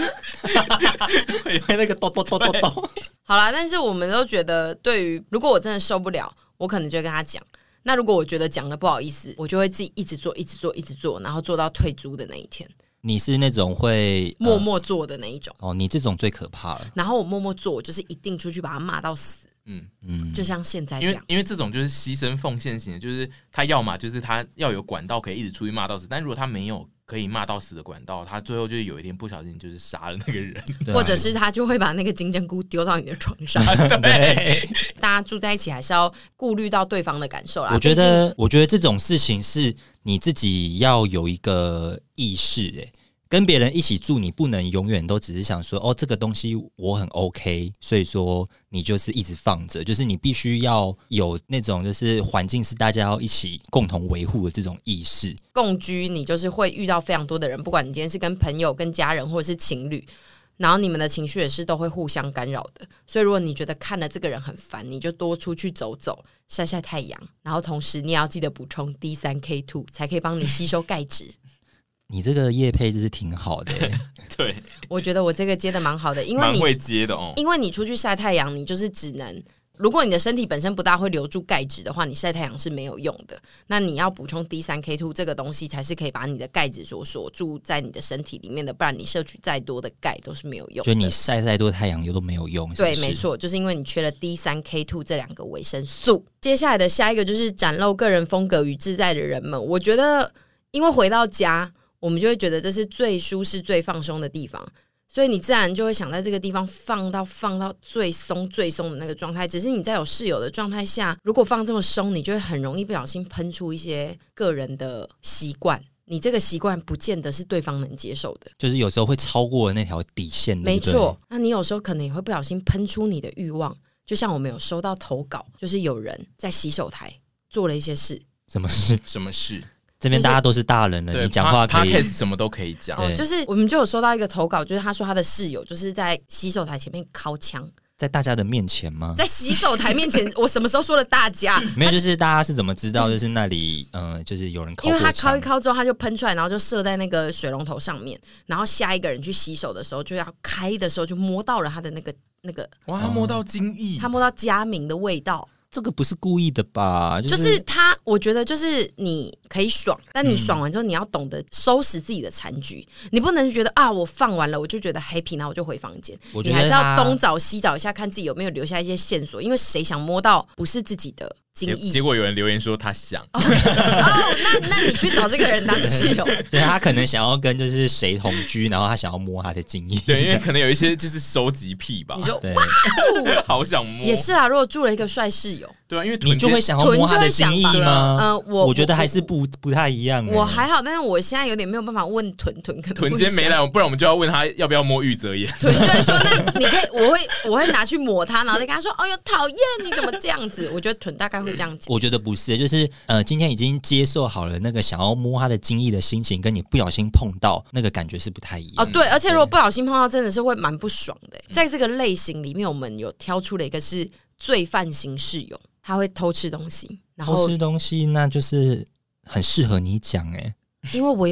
有那个咚咚咚咚咚。 好啦，但是我们都觉得，对于如果我真的受不了，我可能就会跟他讲。那如果我觉得讲的不好意思，我就会自己一直做，一直做，一直做，然后做到退租的那一天。 你是那种会、 呃、默默做的那一种哦，你这种最可怕了。 然后我默默做，我就是一定出去把他骂到死。嗯嗯，就像现在这样， 因为因为这种就是牺牲奉献型的，就是他要嘛就是他要有管道可以一直出去骂到死，但如果他没有可以骂到死的管道，他最后就是有一天不小心就是杀了那个人， 或者是他就会把那个金针菇丢到你的床上。 对， 大家住在一起还是要顾虑到对方的感受啦。 我觉得，我觉得这种事情是你自己要有一个意识、欸，跟别人一起住，你不能永远都只是想说哦，这个东西我很 OK， 所以说你就是一直放着，就是你必须要有那种就是环境是大家要一起共同维护的这种意识。 共居你就是会遇到非常多的人，不管你今天是跟朋友、跟家人或者是情侣，然后你们的情绪也是都会互相干扰的。所以如果你觉得看了这个人很烦，你就多出去走走，晒晒太阳，然后同时你也要记得补充 D 三 K 二 才可以帮你吸收钙质。 你这个业配就是挺好的、欸， 对， 我觉得我这个接的蛮好的，因为你蛮会接的哦。 因为你出去晒太阳，你就是只能，如果你的身体本身不大会留住钙质的话，你晒太阳是没有用的。那你要补充 D 三 K 二 这个东西，才是可以把你的钙质所锁住在你的身体里面的，不然你摄取再多的钙都是没有用的。 就你晒再多太阳油都没有用。是不是？ 对，没错，就是因为你缺了 D 三 K 二 这两个维生素。接下来的下一个就是展露个人风格与自在的人们，我觉得，因为回到家，我们就会觉得这是最舒适、最放松的地方，所以你自然就会想在这个地方放到放到最松、最松的那个状态。只是你在有室友的状态下，如果放这么松，你就会很容易不小心喷出一些个人的习惯。你这个习惯不见得是对方能接受的， 就是有时候会超过那条底线。 没错，那你有时候可能也会不小心喷出你的欲望。就像我们有收到投稿，就是有人在洗手台做了一些事。 什么事？ 什么事？ 这边大家都是大人了，就是、你讲话可以 Podcast 什么都可以讲、 哦。就是我们就有收到一个投稿，就是他说他的室友就是在洗手台前面敲枪， 在大家的面前吗？ 在洗手台面前，我什么时候说了大家？ 没有，就是大家是怎么知道？就是那里，嗯、呃，就是有人敲过枪， 因为他敲一敲之后，他就喷出来，然后就射在那个水龙头上面，然后下一个人去洗手的时候，就要开的时候就摸到了他的那个那个， 哇，他摸到精液， 他摸到佳明的味道。 这个不是故意的吧？就是、 就是他，我觉得就是你可以爽，但你爽完之后，你要懂得收拾自己的残局。嗯、你不能觉得啊，我放完了，我就觉得 happy， 然后我就回房间。你还是要东找西找一下，看自己有没有留下一些线索。因为谁想摸到不是自己的精液？ 结果有人留言说他想。 哦，那那你去找这个人当室友。 对，他可能想要跟就是谁同居，然后他想要摸他的精液。 对，因为可能有一些就是收集癖吧。 你说哇哦， 好想摸。 也是啊，如果住了一个帅室友。 对啊，因为你就会想要摸他的精液吗？ 呃，我我觉得还是不不太一样、欸。 我还好，但是我现在有点没有办法问屯屯，可能屯今天没来，不然我们就要问他要不要摸玉泽演。 屯就会说，那你可以，我会我会拿去抹他，然后再跟他说，哦哟，讨厌，你怎么这样子？我觉得屯大概会这样讲。 我觉得不是，就是呃，今天已经接受好了那个想要摸他的精液的心情，跟你不小心碰到那个感觉是不太一样。 哦，对，而且如果不小心碰到，真的是会蛮不爽的。在这个类型里面，我们有挑出了一个是罪犯型室友。他会偷吃东西，然后偷吃东西，那就是很适合你讲哎、欸， 因为我有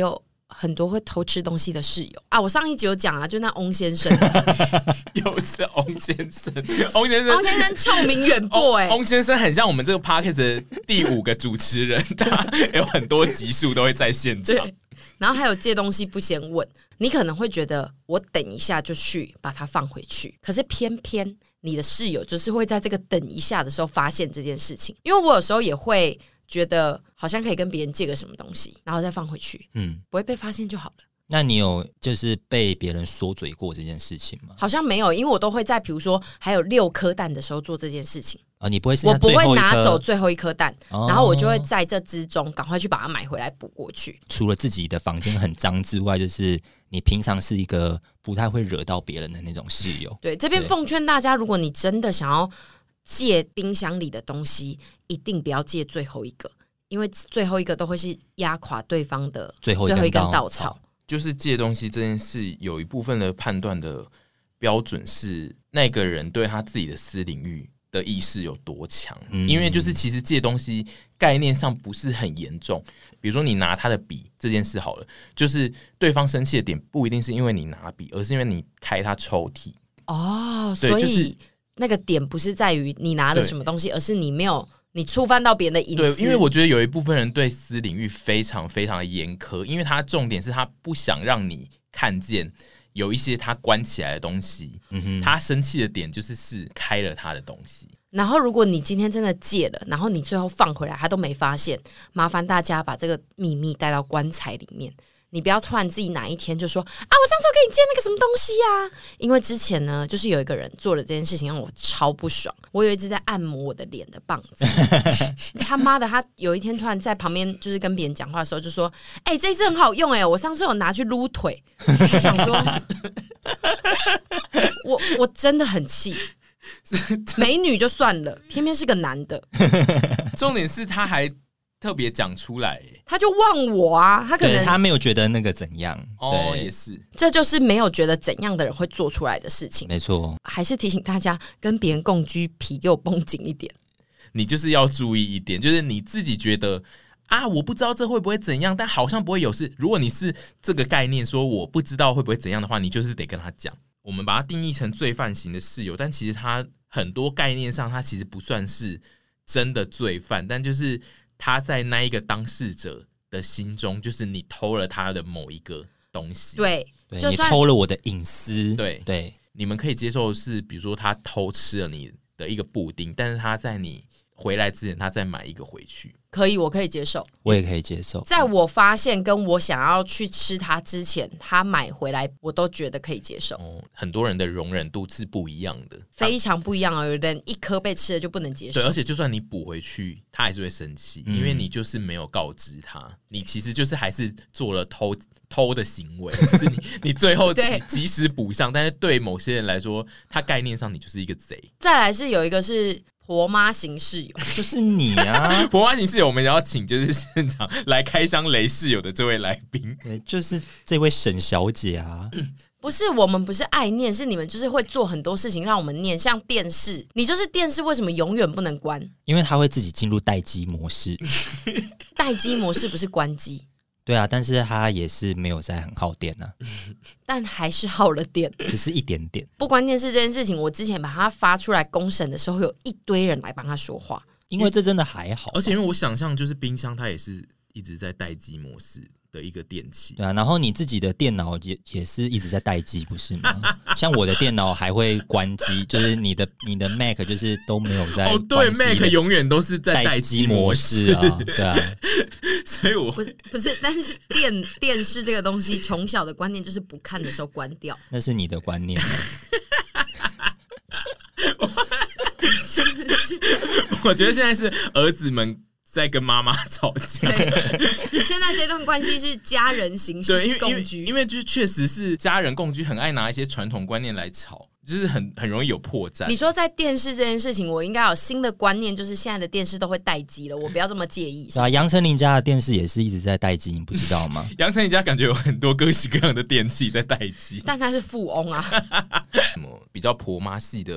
很多会偷吃东西的室友啊。我上一集有讲啊，就那翁先生， 又是翁先生，翁先生， 翁先生臭名远播哎、欸， 翁先生很像我们这个 podcast 的第五个主持人，他有很多集数都会在现场。 对，然后还有借东西不先问，你可能会觉得我等一下就去把它放回去，可是偏偏你的室友就是会在这个等一下的时候发现这件事情，因为我有时候也会觉得好像可以跟别人借个什么东西，然后再放回去，嗯，不会被发现就好了。 那你有就是被别人说嘴过这件事情吗？ 好像没有，因为我都会在比如说还有六颗蛋的时候做这件事情。 啊、哦，你不会是我不会拿走最后一颗蛋、哦，然后我就会在这之中赶快去把它买回来补过去。 除了自己的房间很脏之外，就是你平常是一个不太会惹到别人的那种室友。 对，这边奉劝大家，如果你真的想要借冰箱里的东西，一定不要借最后一个，因为最后一个都会是压垮对方的最后一根稻草。 就是借东西这件事，有一部分的判断的标准是那个人对他自己的私领域的意识有多强、嗯、因为就是其实借东西概念上不是很严重，比如说你拿他的笔这件事好了，就是对方生气的点不一定是因为你拿笔，而是因为你开他抽屉哦，所以、就是、那个点不是在于你拿了什么东西，而是你没有你触犯到别人的隐私。 对，因为我觉得有一部分人对私领域非常非常的严苛，因为他重点是他不想让你看见有一些他关起来的东西、嗯、他生气的点就是是开了他的东西。 然后如果你今天真的借了，然后你最后放回来他都没发现，麻烦大家把这个秘密带到棺材里面，你不要突然自己哪一天就说啊，我上次我给你借那个什么东西啊。因为之前呢就是有一个人做了这件事情让我超不爽，我有一直在按摩我的脸的棒子他妈的，他有一天突然在旁边就是跟别人讲话的时候就说，哎、欸，这一支很好用，哎、欸，我上次有拿去撸腿我想说我我真的很气美女就算了，偏偏是个男的重点是他还特别讲出来， 他就忘我啊，他可能他没有觉得那个怎样。 哦，也是， 这就是没有觉得怎样的人会做出来的事情。 没错， 还是提醒大家，跟别人共居皮给我绷紧一点。 你就是要注意一点，就是你自己觉得啊，我不知道这会不会怎样，但好像不会有事。如果你是这个概念说我不知道会不会怎样的话，你就是得跟他讲。我们把它定义成罪犯型的室友，但其实他很多概念上他其实不算是真的罪犯，但就是他在那一个当事者的心中，就是你偷了他的某一个东西。 对， 对，你偷了我的隐私。 对对， 你们可以接受的是，比如说他偷吃了你的一个布丁，但是他在你回来之前他再买一个回去。 可以，我可以接受， 我也可以接受。 在我发现跟我想要去吃它之前，他买回来我都觉得可以接受。 哦，很多人的容忍度是不一样的， 非常不一样哦。有人一颗被吃了就不能接受， 对，而且就算你补回去，他还是会生气、嗯，因为你就是没有告知他，你其实就是还是做了偷偷的行为，只是你你最后及时补上，但是对某些人来说，他概念上你就是一个贼。 再来是有一个是婆妈型室友， 就是你啊！ 婆妈型室友，我们要请就是现场来开箱雷室友的这位来宾， 就是这位沈小姐啊。 不是，我们不是爱念，是你们就是会做很多事情让我们念，像电视，你就是电视为什么永远不能关？ 因为它会自己进入待机模式。 待机模式不是关机。 对啊，但是它也是没有在很耗电啊， 但还是耗了电， 只是一点点。 不关电视这件事情，我之前把它发出来公审的时候，有一堆人来帮他说话， 因为这真的还好。 而且因为我想象就是冰箱它也是一直在待机模式的一个电器， 对啊，然后你自己的电脑也也是一直在待机，不是吗？像我的电脑还会关机，就是你的你的 Mac 就是都没有在关机。 哦，对 ，Mac 永远都是在待机模式啊，对啊。 所以我不是不是，但是电电视这个东西，从小的观念就是不看的时候关掉， 那是你的观念。 真的是， 我觉得现在是儿子们在跟妈妈吵架。 现在这段关系是家人形式共居， 因为就确实是家人共居，很爱拿一些传统观念来吵，就是很很容易有破绽。 你说在电视这件事情，我应该有新的观念，就是现在的电视都会待机了，我不要这么介意。 是啊，杨丞琳家的电视也是一直在待机，你不知道吗？ 杨丞琳家感觉有很多各式各样的电器在待机， 但他是富翁啊。 什么比较婆妈系的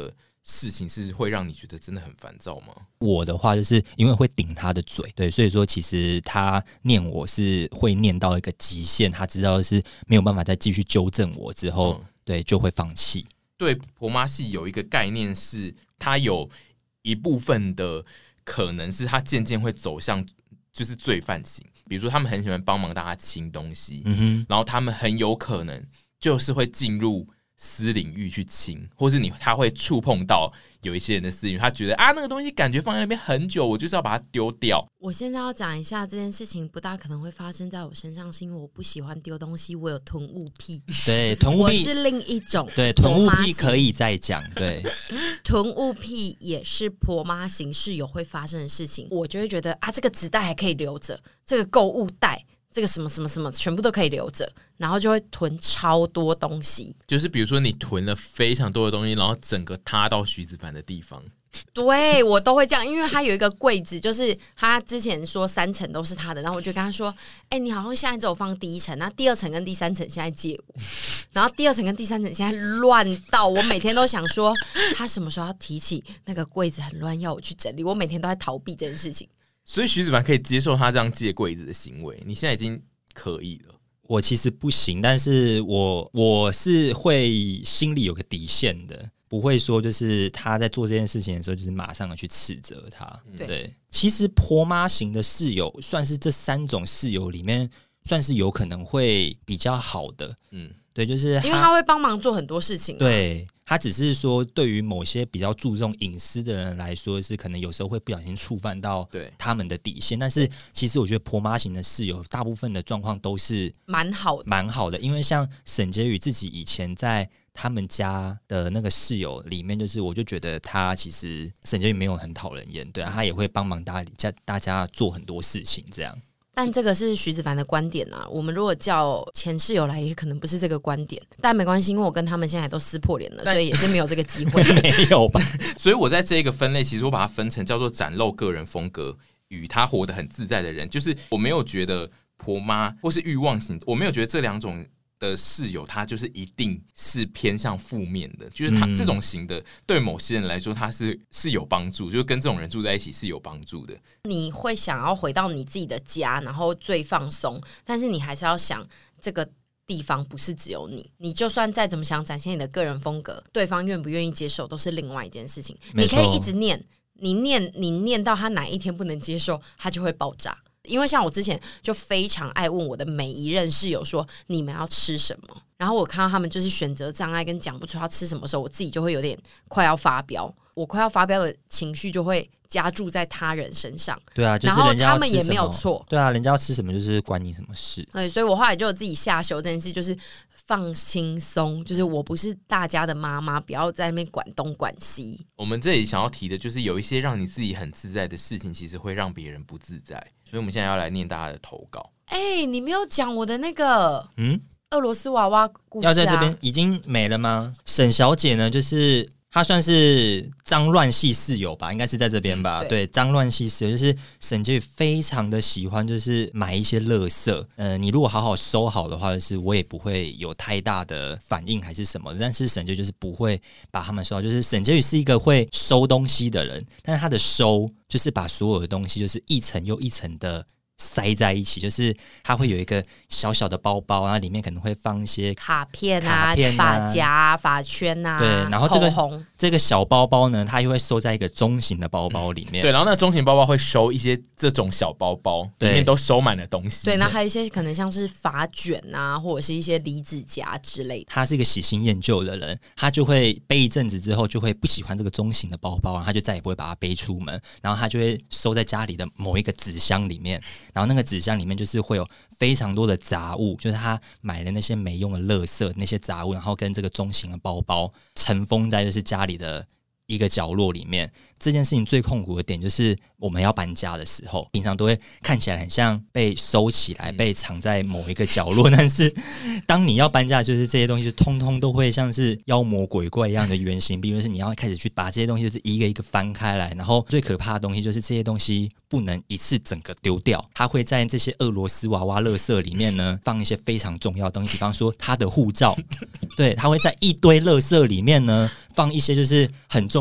事情是会让你觉得真的很烦躁吗？ 我的话就是因为会顶他的嘴，对，所以说其实他念我是会念到一个极限，他知道是没有办法再继续纠正我之后，嗯、对，就会放弃。 对婆妈系有一个概念是，他有一部分的可能是他渐渐会走向就是罪犯型，比如说他们很喜欢帮忙大家清东西，嗯哼，然后他们很有可能就是会进入私领域去清，或是你他会触碰到有一些人的私领域，他觉得啊那个东西感觉放在那边很久，我就是要把它丢掉。 我现在要讲一下这件事情不大可能会发生在我身上，是因为我不喜欢丢东西，我有囤物癖。 对，囤物癖我是另一种。 对，囤物癖可以再讲。对， 囤物癖也是婆妈型室友会发生的事情，我就会觉得啊这个纸袋还可以留着，这个购物袋。这个什么什么什么全部都可以留着，然后就会囤超多东西。 就是比如说你囤了非常多的东西，然后整个塌到徐子凡的地方。 对，我都会这样，因为他有一个柜子，就是他之前说三层都是他的，然后我就跟他说：“哎、欸，你好像现在只有放第一层，那第二层跟第三层现在借我。”然后第二层跟第三层现在乱到我每天都想说，他什么时候要提起那个柜子很乱，要我去整理？我每天都在逃避这件事情。 所以徐子凡可以接受他这样借柜子的行为，你现在已经可以了。 我其实不行，但是我我是会心里有个底线的，不会说就是他在做这件事情的时候，就是马上的去斥责他。对，对，其实婆妈型的室友算是这三种室友里面算是有可能会比较好的。嗯，对，就是因为他会帮忙做很多事情、啊。 对。他只是说，对于某些比较注重隐私的人来说，是可能有时候会不小心触犯到他们的底线。但是，其实我觉得婆妈型的室友，大部分的状况都是蛮好的， 蛮好的。因为像沈婕妤自己以前在他们家的那个室友里面，就是我就觉得他其实沈婕妤没有很讨人厌，对啊，他也会帮忙大家大家做很多事情，这样。 但这个是徐子凡的观点啊，我们如果叫前室友来，也可能不是这个观点。但没关系，因为我跟他们现在都撕破脸了，所以也是没有这个机会。 没有吧？ 所以我在这个分类，其实我把它分成叫做展露个人风格与他活得很自在的人。就是我没有觉得婆妈或是欲望型，我没有觉得这两种的室友他就是一定是偏向负面的，就是他这种型的、嗯、对某些人来说他是是有帮助，就是跟这种人住在一起是有帮助的。 你会想要回到你自己的家，然后最放松，但是你还是要想这个地方不是只有你，你就算再怎么想展现你的个人风格，对方愿不愿意接受都是另外一件事情。你可以一直念，你念你念到他哪一天不能接受，他就会爆炸。因为像我之前就非常爱问我的每一任室友说你们要吃什么，然后我看到他们就是选择障碍跟讲不出要吃什么的时候，我自己就会有点快要发飙，我快要发飙的情绪就会加注在他人身上。 对啊，就是人家要吃什么， 然后他们也没有错。 对啊，人家要吃什么就是关你什么事。 对，所以我后来就有自己下修这件事，就是放轻松，就是我不是大家的妈妈，不要在那边管东管西。 我们这里想要提的就是有一些让你自己很自在的事情，其实会让别人不自在。所以我们现在要来念大家的投稿。 哎、欸，你没有讲我的那个嗯俄罗斯娃娃故事、啊、 要在这边已经没了吗？沈小姐呢，就是她算是脏乱系室友吧，应该是在这边吧。嗯、对，脏乱系室友就是沈婕妤非常的喜欢，就是买一些垃圾。呃，你如果好好收好的话，就是我也不会有太大的反应还是什么。但是沈婕妤就是不会把他们收好，就是沈婕妤是一个会收东西的人，但是她的收就是把所有的东西就是一层又一层的塞在一起，就是它会有一个小小的包包，然后里面可能会放一些卡片啊、发夹、发圈啊， 对，然后这个口红这个小包包呢，它又会收在一个中型的包包里面， 对，然后那个中型包包会收一些这种小包包，里面都收满了东西， 对，然后还有一些可能像是发卷啊，或者是一些离子夹之类的。 他是一个喜新厌旧的人，他就会背一阵子之后就会不喜欢这个中型的包包，然后他就再也不会把它背出门，然后他就会收在家里的某一个纸箱里面。然后那个纸箱里面就是会有非常多的杂物，就是他买了那些没用的垃圾那些杂物，然后跟这个中型的包包尘封在就是家里的一个角落里面。这件事情最痛苦的点就是我们要搬家的时候，平常都会看起来很像被收起来、嗯、被藏在某一个角落，但是当你要搬家，就是这些东西就通通都会像是妖魔鬼怪一样的原型。比如是你要开始去把这些东西就是一个一个翻开来，然后最可怕的东西就是这些东西不能一次整个丢掉，它会在这些俄罗斯娃娃垃圾里面呢放一些非常重要的东西，比方说他的护照对，他会在一堆垃圾里面呢放一些就是很重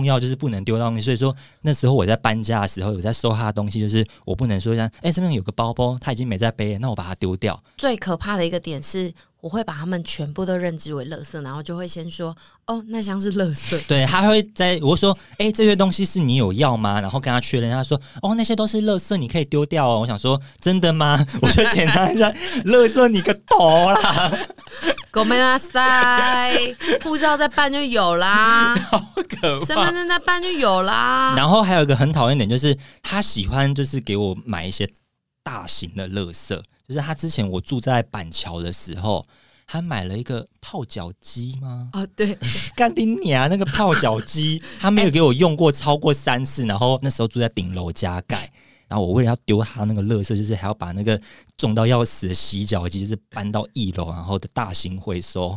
重要就是不能丢到东西，所以说那时候我在搬家的时候，有在收他的东西，就是我不能说像哎、欸、这边有个包包，他已经没在背了，那我把它丢掉。 最可怕的一个点是，我会把他们全部都认知为垃圾，然后就会先说哦，那箱是垃圾。 对，他会在我说哎、欸、这些东西是你有要吗？然后跟他确认，他说哦那些都是垃圾，你可以丢掉哦。我想说真的吗？我就检查一下，垃圾你个头啦！ ごめんなさい，护照再办就有啦， 好可怕， 身份证再办就有啦。 然后还有一个很讨厌点就是，他喜欢就是给我买一些大型的垃圾，就是他之前我住在板桥的时候，他买了一个泡脚机吗？ 哦，对， 干你娘！那个泡脚机，他没有给我用过超过三次，然后那时候住在顶楼加盖。然后我为了要丢他那个垃圾，就是还要把那个重到要死的洗脚机，就是搬到一楼，然后的大型回收。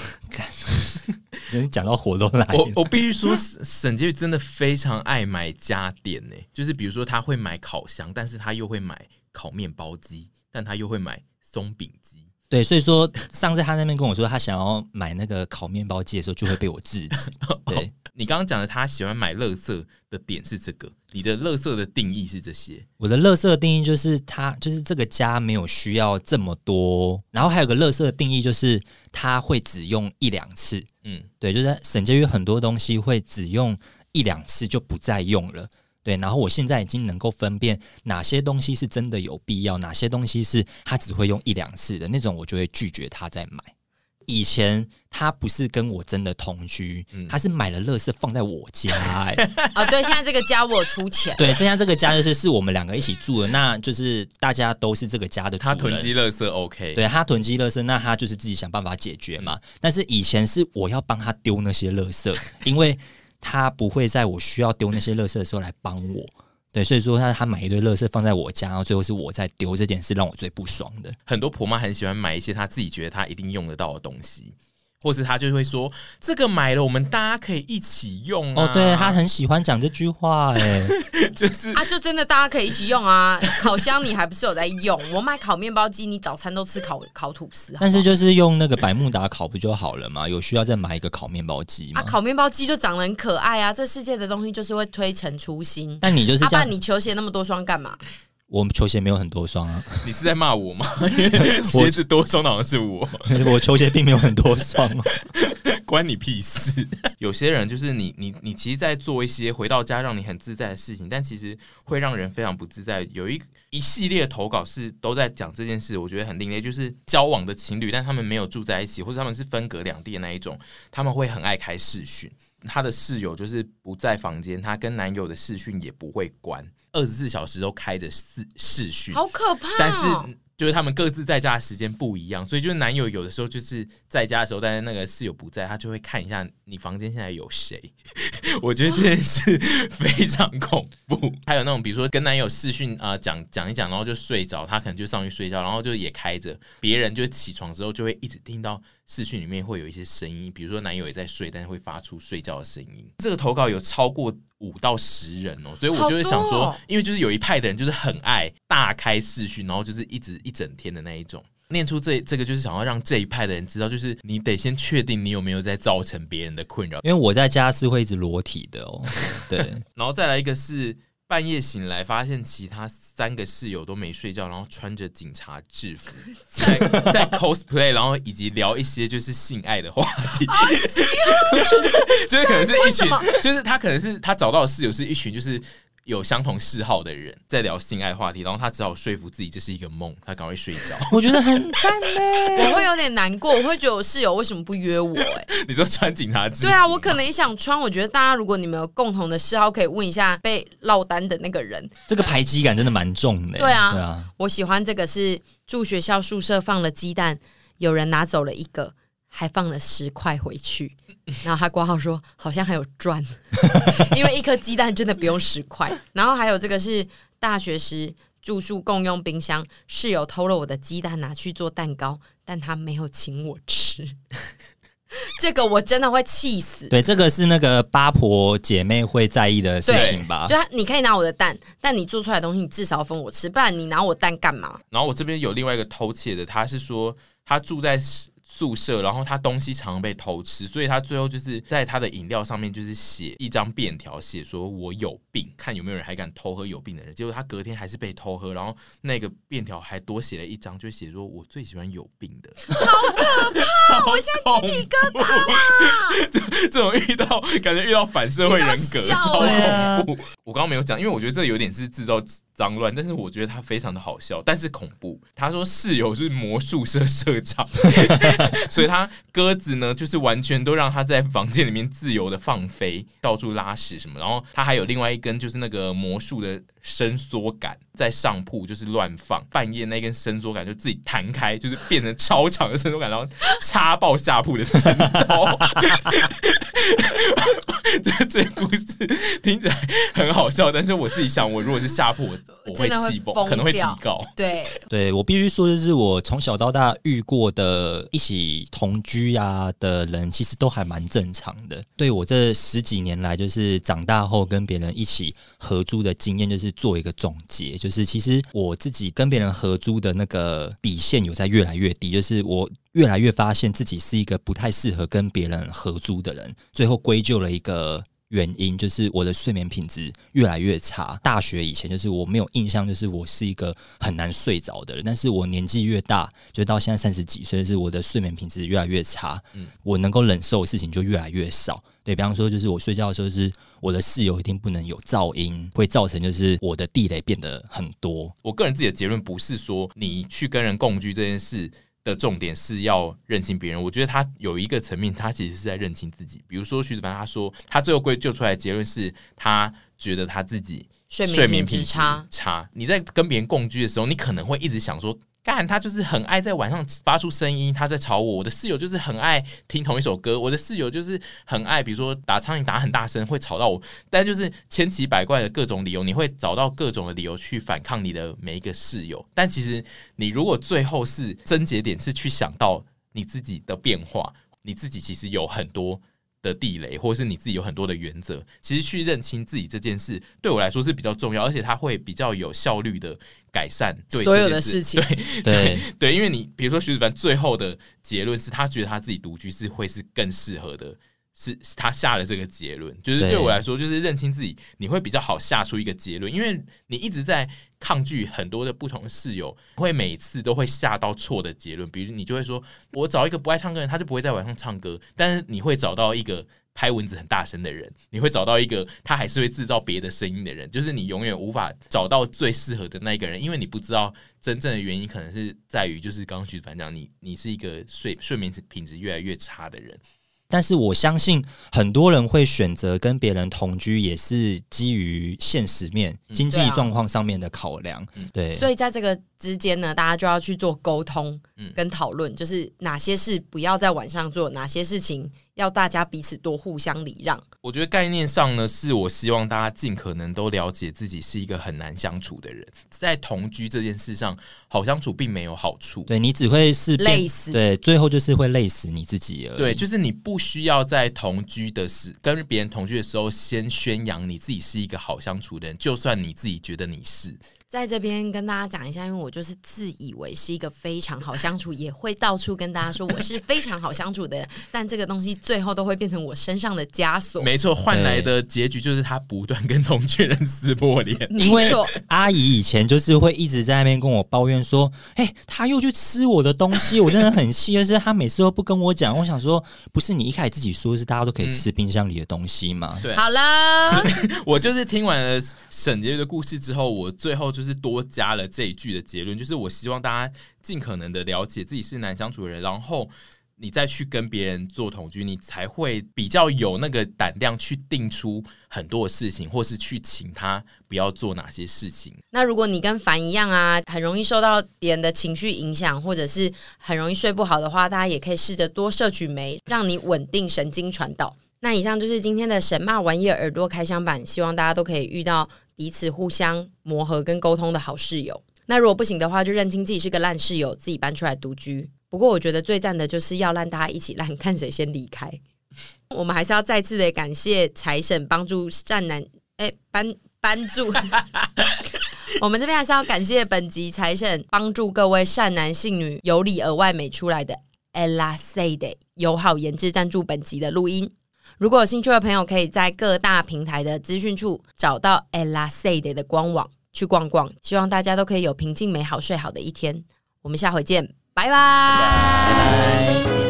讲到火都来了。 我我必须说，沈婕妤真的非常爱买家电呢，就是比如说他会买烤箱，但是他又会买烤面包机，但他又会买松饼机。 对，所以说上次他那边跟我说他想要买那个烤面包机的时候，就会被我制止。对、哦， 你刚刚讲的他喜欢买垃圾的点是这个，你的垃圾的定义是这些。 我的垃圾的定义就是他就是这个家没有需要这么多，然后还有个垃圾的定义就是他会只用一两次。嗯，对，就是沈婕妤很多东西会只用一两次就不再用了。对，然后我现在已经能够分辨哪些东西是真的有必要，哪些东西是他只会用一两次的那种，我就会拒绝他再买。以前他不是跟我真的同居，嗯、他是买了垃圾放在我家、欸。 哦，对，现在这个家我有出钱。 对，现在这个家就是是我们两个一起住的，那就是大家都是这个家的主人。 他囤积垃圾 OK， 对，他囤积垃圾，那他就是自己想办法解决嘛。嗯、但是以前是我要帮他丢那些垃圾，因为他不会在我需要丢那些垃圾的时候来帮我。对，所以说他他买一堆垃圾放在我家，然后最后是我在丢，这件事让我最不爽的。 很多婆妈很喜欢买一些她自己觉得她一定用得到的东西，或是她就会说这个买了我们大家可以一起用啊。 哦，对，他很喜欢讲这句话哎、欸， 就是啊，就真的大家可以一起用啊。烤箱你还不是有在用？我买烤面包机，你早餐都吃烤烤吐司好不好， 但是就是用那个百慕达烤不就好了吗？有需要再买一个烤面包机吗？ 啊，烤面包机就长得很可爱啊。这世界的东西就是会推陈出新。 但你就是这样， 阿爸，你球鞋那么多双干嘛？ 我球鞋没有很多双啊。 你是在骂我吗？鞋子多双好像是我， 我球鞋并没有很多双、哦， 关你屁事。有些人就是你你你其实在做一些回到家让你很自在的事情，但其实会让人非常不自在。有一一系列的投稿是都在讲这件事，我觉得很另类，就是交往的情侣，但他们没有住在一起，或者他们是分隔两地的那一种，他们会很爱开视讯。她的室友就是不在房间，她跟男友的视讯也不会关，二十四小时都开着视讯， 好可怕、哦。 但是就是他们各自在家的时间不一样，所以就是男友有的时候就是在家的时候，但是那个室友不在，他就会看一下你房间现在有谁。我觉得这件事非常恐怖。还有那种比如说跟男友视讯啊讲讲一讲，然后就睡着，他可能就上去睡觉，然后就也开着，别人就起床之后就会一直听到视讯里面会有一些声音，比如说男友也在睡，但是会发出睡觉的声音。这个投稿有超过五到十人哦，所以我就会想说、哦，因为就是有一派的人就是很爱大开视讯，然后就是一直一整天的那一种。念出这这个就是想要让这一派的人知道，就是你得先确定你有没有在造成别人的困扰。 因为我在家是会一直裸体的哦，对。 然后再来一个是半夜醒来发现其他三个室友都没睡觉，然后穿着警察制服在在 cosplay， 然后以及聊一些就是性爱的话题。 好喜欢， 就是可能是一群，就是他可能是他找到的室友是一群就是有相同嗜好的人在聊性爱话题，然后他只好说服自己这是一个梦，他赶快睡觉。 我觉得很赞耶， 我会有点难过，我会觉得我室友为什么不约我？哎， 你说穿警察制服？ 对啊，我可能也想穿。我觉得大家如果你们有共同的嗜好，可以问一下被落单的那个人。 这个排挤感真的蛮重的。 对啊， 对啊， 我喜欢这个是住学校宿舍放了鸡蛋，有人拿走了一个，还放了十块回去。然后他挂号说好像还有赚，因为一颗鸡蛋真的不用十块。然后还有这个是大学时住宿共用冰箱，室友偷了我的鸡蛋拿去做蛋糕，但他没有请我吃。这个我真的会气死。 对，这个是那个八婆姐妹会在意的事情吧？ 就你可以拿我的蛋，但你做出来的东西你至少分我吃，不然你拿我蛋干嘛？ 然后我这边有另外一个偷窃的，他是说他住在宿舍，然后他东西常常被偷吃，所以他最后就是在他的饮料上面就是写一张便条，写说我有病，看有没有人还敢偷喝有病的人。结果他隔天还是被偷喝，然后那个便条还多写了一张，就写说我最喜欢有病的。 好可怕！我现在鸡皮疙瘩啦！ 这这种遇到感觉遇到反社会人格，超恐怖。我刚刚没有讲，因为我觉得这有点是制造脏乱，但是我觉得他非常的好笑，但是恐怖。他说室友是魔术社社长，所以他鸽子呢，就是完全都让他在房间里面自由的放飞，到处拉屎什么。然后他还有另外一根就是那个魔术的伸缩杆，在上铺就是乱放，半夜那根伸缩杆就自己弹开，就是变成超长的伸缩杆，然后插爆下铺的枕头。这这故事听起来很好笑，但是我自己想，我如果是下铺，我我会气疯，可能会提告。 对， 对我必须说，就是我从小到大遇过的一起同居啊的人，其实都还蛮正常的。对我这十几年来，就是长大后跟别人一起合租的经验，就是做一个总结，就是其实我自己跟别人合租的那个底线有在越来越低，就是我越来越发现自己是一个不太适合跟别人合租的人，最后归咎了一个原因，就是我的睡眠品质越来越差。大学以前就是我没有印象，就是我是一个很难睡着的人，但是我年纪越大，就到现在三十几岁，就是我的睡眠品质越来越差，嗯、我能够忍受的事情就越来越少。对，比方说，就是我睡觉的时候，是我的室友一定不能有噪音，会造成就是我的地雷变得很多。 我个人自己的结论不是说你去跟人共居这件事的重点是要认清别人，我觉得他有一个层面，他其实是在认清自己。比如说徐子凡，他说他最后归咎出来的结论是他觉得他自己睡眠品质差。 差。你在跟别人共居的时候，你可能会一直想说，干他就是很爱在晚上发出声音，他在吵我。我的室友就是很爱听同一首歌，我的室友就是很爱，比如说打苍蝇打很大声会吵到我。但就是千奇百怪的各种理由，你会找到各种的理由去反抗你的每一个室友。但其实你如果最后是症结点是去想到你自己的变化，你自己其实有很多的地雷，或者是你自己有很多的原则，其实去认清自己这件事对我来说是比较重要，而且它会比较有效率的改善对所有的事情。 对 对 对, 对，因为你比如说徐子凡最后的结论是他觉得他自己独居是会是更适合的，是他下了这个结论，就是对我来说，就是认清自己，你会比较好下出一个结论，因为你一直在抗拒很多的不同的室友，会每次都会下到错的结论。比如你就会说，我找一个不爱唱歌的人，他就不会在晚上唱歌，但是你会找到一个拍蚊子很大声的人，你会找到一个他还是会制造别的声音的人，就是你永远无法找到最适合的那一个人，因为你不知道真正的原因可能是在于，就是刚刚徐子凡讲，你你是一个睡睡眠品质越来越差的人。 但是我相信很多人会选择跟别人同居，也是基于现实面、嗯、经济状况上面的考量。嗯、对， 所以在这个之间呢，大家就要去做沟通跟讨论，嗯、就是哪些事不要在晚上做，哪些事情要大家彼此多互相礼让。 我觉得概念上呢，是我希望大家尽可能都了解自己是一个很难相处的人，在同居这件事上，好相处并没有好处。 对，你只会是累死， 对，最后就是会累死你自己而已。 对，就是你不需要在同居的时跟别人同居的时候，先宣扬你自己是一个好相处的人，就算你自己觉得你是。 在这边跟大家讲一下，因为我就是自以为是一个非常好相处，也会到处跟大家说我是非常好相处的人，但这个东西最后都会变成我身上的枷锁。 没错，换来的结局就是他不断跟同居人撕破脸。 因为阿姨以前就是会一直在那边跟我抱怨说，哎、欸，他又去吃我的东西，我真的很气。就是他每次都不跟我讲，我想说，不是你一开始自己说是大家都可以吃冰箱里的东西吗？ 嗯、对， 好了， 我就是听完了沈婕妤的故事之后，我最后就是多加了这一句的结论，就是我希望大家尽可能的了解自己是难相处的人，然后你再去跟别人做同居，你才会比较有那个胆量去定出很多的事情，或是去请他不要做哪些事情。 那如果你跟凡一样啊，很容易受到别人的情绪影响，或者是很容易睡不好的话，大家也可以试着多摄取镁，让你稳定神经传导。那以上就是今天的神骂玩意耳朵开箱版，希望大家都可以遇到彼此互相磨合跟沟通的好室友。那如果不行的话，就认清自己是个烂室友，自己搬出来独居。不过我觉得最赞的就是要烂大家一起烂，看谁先离开。我们还是要再次的感谢财神帮助善男哎帮帮助我们这边还是要感谢本集财神帮助各位善男信女由里而外美出来的 Elasade 友好研制赞助本集的录音。如果有兴趣的朋友，可以在各大平台的资讯处找到 Elasade 的官网去逛逛。希望大家都可以有平静美好睡好的一天。我们下回见，拜拜。 拜拜。